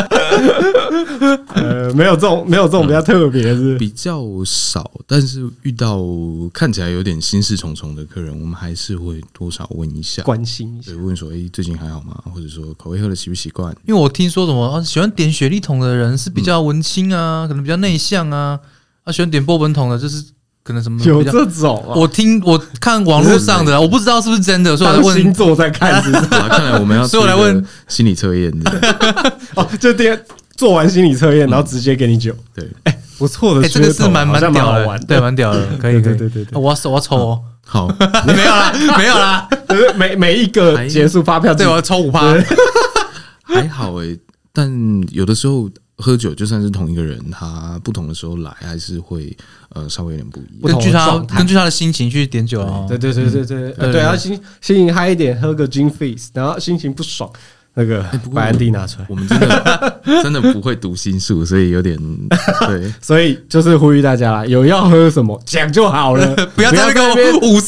呃，没有这种，没有这种比较特别是比较少，但是遇到看起来有点心事重重的客人，我们还是会多少问一下， 关心一下， 对，问说，哎、欸，最近还好吗？或者说口味喝的习不习惯？ 因为我听说什么、啊、喜欢点雪莉桶的人是比较文青啊，嗯、可能比较内向啊，啊，喜欢点波本桶的就是。可能什么有这种、啊？ 我听我看网络上的，我不知道是不是真的，所以我来问星座在看是不是。 好，看来我们要， 所以我来问心理测验。 哦，就第做完心理测验，然后直接给你酒。 对， 哎、欸，不错的， 哎、欸，这个是蛮蛮屌的，对，蛮屌的，可以，可以， 对对对。 我要我要抽哦， 好， 没有啦，没有啦， 就是每每一个结束发票， 对，我要抽五趴， 还好哎、欸，但有的时候。喝酒就算是同一个人，他不同的时候来，还是会呃稍微有点不一样。根据他根据他的心情去点酒啊。 对对对对对对，对，然后心心情嗨一点，喝个 gin fizz， 然后心情不爽，那个白兰地拿出来。 我们真的真的不会读心术，所以有点对， 所以就是呼吁大家啦，有要喝什么讲就好了， 不要在那个五四三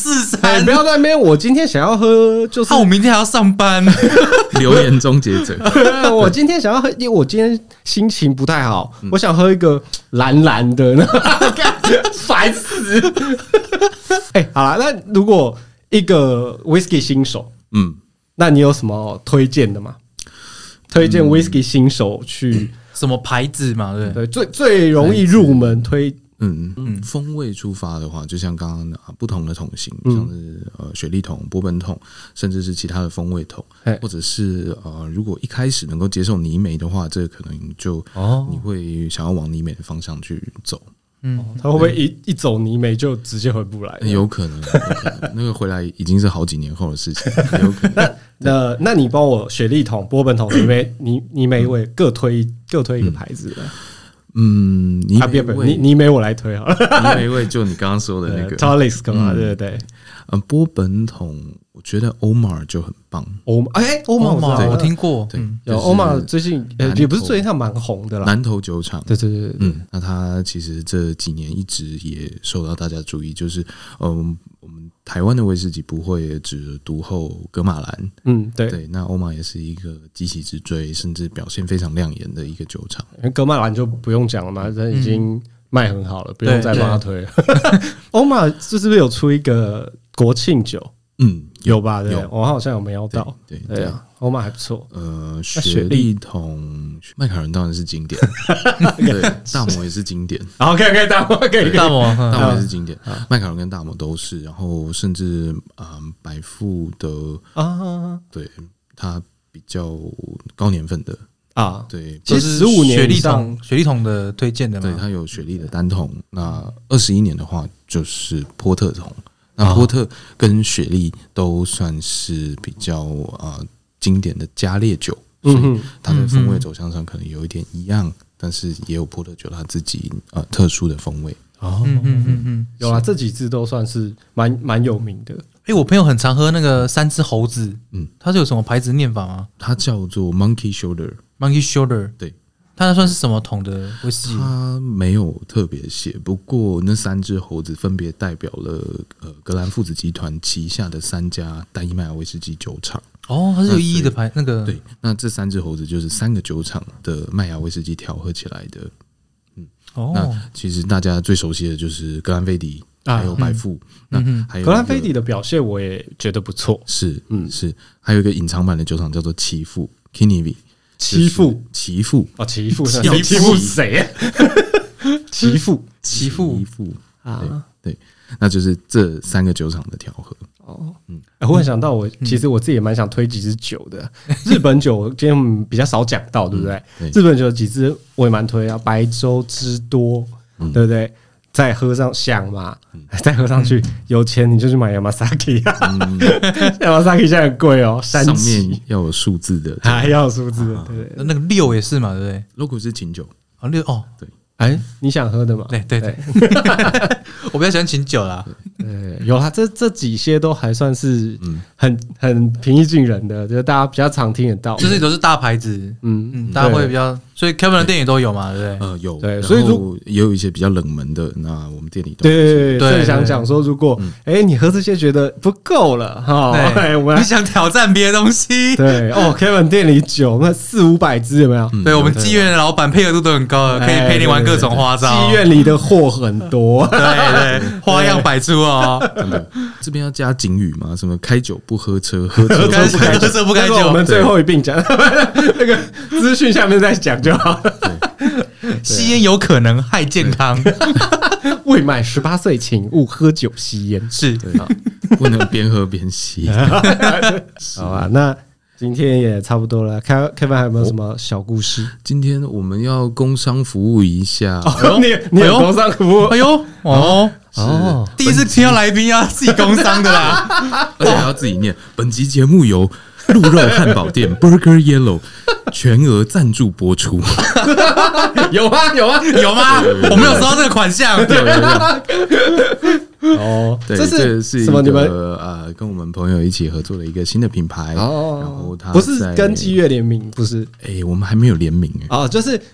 餐， 不要在那边。我今天想要喝，就是我明天还要上班。 留言终结者， 我今天想要喝，因为我今天心情不太好，我想喝一个蓝蓝的，烦死。哎、欸，好了，那如果一个 whisky 新手，嗯，那你有什么推荐的吗？推荐 whisky 新手去、嗯、 什么牌子嘛？对对，最最容易入门推。 嗯嗯，风味出发的话，就像刚刚、啊、不同的桶型，像是呃雪莉桶、波本桶，甚至是其他的风味桶，或者是呃，如果一开始能够接受泥煤的话，这个可能就哦，你会想要往泥煤的方向去走。 嗯，他会不会一一走泥煤就直接回不来？ 有可能，有可能那个回来已经是好几年后的事情，有可能。 那那那你帮我雪莉桶、波本桶、泥煤、泥泥煤味各推各推一个牌子的。 嗯，泥煤味，泥泥煤我来推好了。 泥煤味就你刚刚说的那个 Talisk 嘛，对对对。 嗯，波本桶我觉得 Omar 就很棒。 欧哎 ，Omar 我听过， 对， 有 Omar 最近呃也不是最近，他蛮红的啦。 南投酒厂， 对对对， 嗯，那他其实这几年一直也受到大家注意，就是嗯，我们台湾的威士忌不会只独后噶玛兰，嗯，对对，那 Omar 也是一个急起直追，甚至表现非常亮眼的一个酒厂。 噶玛兰就不用讲了嘛，这已经卖很好了，不用再帮他推了。Omar 这是不是有出一个国庆酒？嗯，有吧？对，我好像有瞄到。对对啊，欧玛还不错。 呃，雪莉桶、麦卡伦当然是经典，对，大摩也是经典。 OK OK， 大摩可以， 大摩大摩也是经典，麦卡伦跟大摩都是。然后甚至啊，百富的啊，对，它比较高年份的啊，对， 其实十五年雪莉桶雪莉桶的推荐的嘛， 对，它有雪莉的单桶。那二十一年的话，就是波特桶。那波特跟雪莉都算是比较呃经典的加烈酒，所以它的风味走向上可能有一点一样，但是也有波特酒它自己呃特殊的风味。 哦，嗯嗯嗯嗯，有啊，这几支都算是蛮蛮有名的。 哎，我朋友很常喝那个三只猴子，嗯，它是有什么牌子念法吗？ 它叫做 Monkey Shoulder。Monkey Shoulder， 对。 它算是什么桶的威士忌？ 它没有特别写，不过那三只猴子分别代表了呃格兰父子集团旗下的三家单一麦芽威士忌酒厂。 哦，它是有意义的牌，那个对。那这三只猴子就是三个酒厂的麦芽威士忌调和起来的。嗯，哦，那其实大家最熟悉的就是格兰菲迪，还有百富。那还有格兰菲迪的表现，我也觉得不错。 是，嗯，是。还有一个隐藏版的酒厂叫做奇富 Kinnivi。 其父， 其父哦，其父，其父谁？其父， 其父， 其父啊，对，那就是这三个酒厂的调和。 哦，嗯，我很想到，我其实我自己也蛮想推几支酒的。日本酒今天比较少讲到，对不对？日本酒几支我也蛮推啊，白州之多，对不对？再喝上香嘛，再喝上去，有钱你就去买 Yamazaki 啊。Yamazaki 现在很贵哦，山上面要有数字的， 还要有数字的，对对。 那个六也是嘛，对不对 ？logo 是琴酒啊，六哦， 对。 哎，你想喝的嘛？ 对对对，我比较喜欢琴酒啦。 对，有啦，这这几些都还算是很很平易近人的，就是大家比较常听得到， 就是都是大牌子，嗯嗯，大家会比较，所以 Kevin 的店也都有嘛，对不对？ 呃，有， 对，所以如也有一些比较冷门的，那我们店里都对对对，所以想讲说，如果哎你喝这些觉得不够了哈， 你想挑战别的东西， 对哦 ，Kevin 店里酒那四五百支有没有？ 对我们妓院的老板配合度都很高的，可以陪你玩各种花招。 妓院里的货很多， 对对，花样百出哦。 这边要加警语吗？什么开酒不喝车，喝车不开酒，喝车不开酒。 我们最后一并讲，那个资讯下面再讲就好了。 吸烟有可能害健康， 未满十八岁请勿喝酒吸烟。 是， 不能边喝边吸。 好吧，那。今天也差不多了 ，Kevin 还有没有什么小故事？ 今天我们要工商服务一下， 哦、你你有工商服务？ 哎呦，哦哦，第一次听到来宾要自己工商的啦， 而且还要自己念。本集节目由鹿肉汉堡店 Burger Yellow 全额赞助播出。 有吗？有吗？ 有吗？我没有收到这个款项。 有有有。 哦， 对，这是是一个呃，跟我们朋友一起合作的一个新的品牌。哦，然后它不是跟七月联名，不是？ 哎，我们还没有联名哎。 哦，就是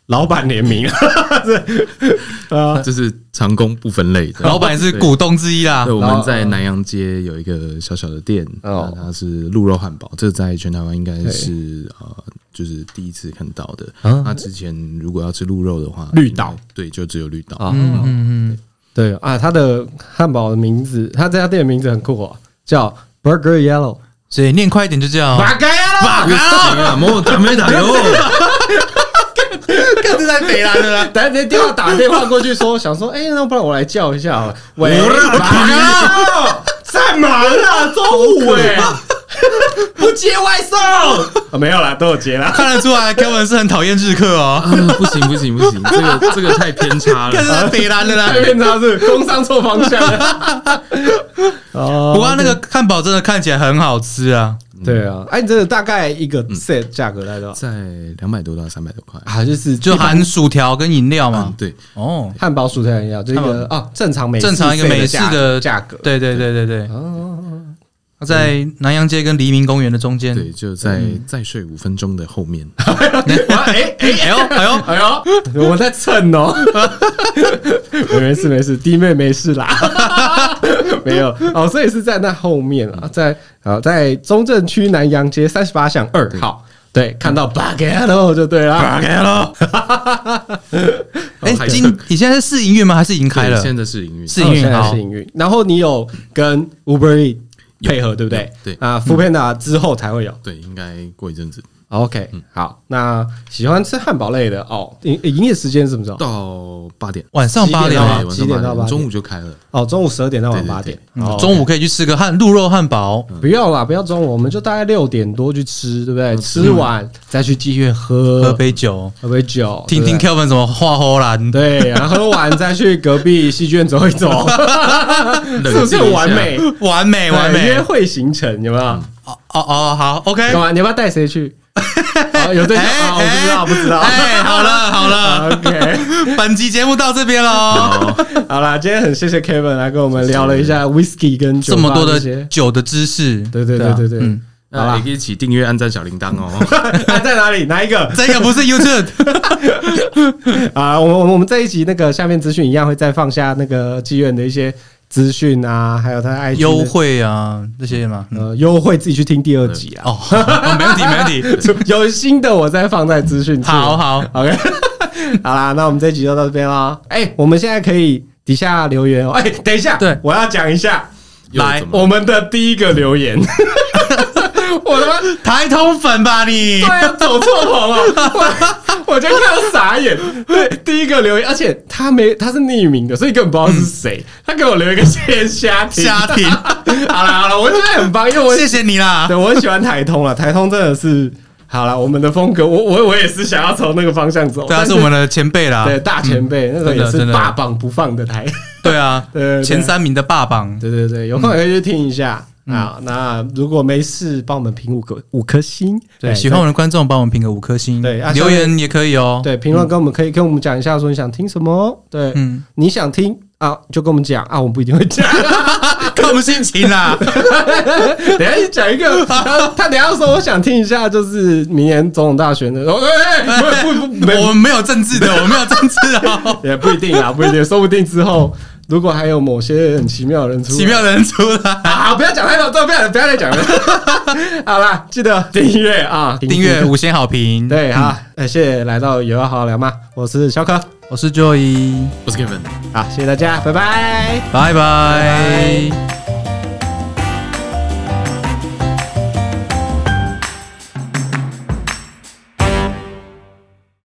老板联名啊，这是长工不分类的， 老板也是股东之一啦。 对，我们在南阳街有一个小小的店，哦、它是鹿肉汉堡，这在全台湾应该是呃，就是第一次看到的。那、啊、之前如果要吃鹿肉的话， 绿岛对，就只有绿岛。 啊、嗯嗯嗯，对啊，它的汉堡的名字，它这家店的名字很酷哦，叫 Burger Yellow， 所以念快一点就叫 Burger Yellow， 行啊，莫打没打哟。 各自在北兰的啦，等下直接电话打电话过去说，想说，哎、欸，那不然我来叫一下好了。喂，在忙啊，中午哎、欸，不接外送、哦，没有啦，都有接啦。 看得出来 ，Kevin 是很讨厌日客哦、 啊。不行不行不行，这个这个太偏差了， 更是在北兰的啦， 太偏差是工商错方向了。 哦，不过那个汉堡真的看起来很好吃啊。 对啊，哎、啊，你这个大概一个 set 价格在多少？ 在两百多到三百多块啊，就是就含薯条跟饮料嘛。 嗯、对， 哦，汉堡、薯条、饮料，这个哦，正常美正常一个美式的价格。 对对对对对。哦，它在南阳街跟黎明公园的中间。 对，就在再睡五分钟的后面。 哎哎哎呦哎呦哎呦，我在蹭哦。没事没事，弟妹没事啦。没有哦，所以是在那后面啊，在啊，在中正区南阳街三十八巷二号，对，看到 Baguette 就对了 ，Baguette。哎，今你现在是试营运吗？还是已经开了？ 现在是营运， 试营运，好， 试营运。然后你有跟 Uber Eats 配合，对不对？ 对啊 ，Foodpanda 之后才会有， 对，应该过一阵子。 OK，嗯，好，那喜欢吃汉堡类的哦，营营业时间是什么时候？ 到八点， 晚上八点吗？ 几点到八点？ 中午就开了。 哦，中午十二点到晚八点。 中午可以去吃个汉鹿肉汉堡。 不要啦，不要中午，我们就大概六点多去吃，对不对？吃完再去妓院喝喝杯酒， 喝杯酒， 听听 Kevin 怎么画荷兰。 对，然后喝完再去隔壁戏剧院走一走，是不是完美？ 完美，完美。 约会行程有没有？哦哦哦，好 ，OK。 干嘛？你要不要带谁去？哦、有对象啊？我不知道，不知道。 哎，好了好了 ，OK， 本集节目到这边喽。 好啦，今天很谢谢 Kevin 来跟我们聊了一下 whisky 跟这么多的酒的知识。 对对对对对，嗯， 好啦，也可以一起订阅、按赞、小铃铛哦。 按在哪里？哪一个？ 这个不是 YouTube 啊。我们我们这一集那个下面资讯一样会再放下那个妓院的一些资讯啊，还有他的 I G 优惠啊这些嘛， 呃，优惠自己去听第二集啊。 哦，没问题，没问题。 有新的我再放在资讯处。 好好 ，OK， 好啦，那我们这一集就到这边啦。哎、欸，我们现在可以底下留言哦。哎、欸，等一下， 对， 我要讲一下， 来我们的第一个留言。我他妈台通粉吧你？ 对啊，走错棚了，我我就看到傻眼。对，第一个留言，而且他没他是匿名的，所以根本不知道是谁。嗯、他给我留一个先瞎听瞎听。 好了好了，我觉得很棒，因为我谢谢你啦。 对我很喜欢台通了，台通真的是好了，我们的风格，我我我也是想要从那个方向走。 对啊，是我们的前辈啦， 对大前辈，嗯、那个也是霸榜不放的台。 对啊，对前三名的霸榜。 对对对，有空也可以去听一下。啊，那如果没事，帮我们评五颗五颗星。 对，喜欢我们的观众帮我们评个五颗星。对，留言也可以哦。 对，评论跟我们可以跟我们讲一下，说你想听什么。对，嗯，你想听啊，就跟我们讲啊，我们不一定会讲， 看我们心情啦。 等一下你讲一个，他等一下说我想听一下，就是明年总统大选的。哎，不不不， 我们没有政治的，我们没有政治哦， 也不一定啊，不一定，说不定之后。如果还有某些很奇妙的人出来， 奇妙的人出来， 好，不要讲太多，不要不要再讲了。好啦，记得订阅啊， 订阅五星好评。 对，好，谢谢来到有要好好聊吗？我是小可， 我是 Joey， 我是 Kevin， 好，谢谢大家，拜拜， 拜拜。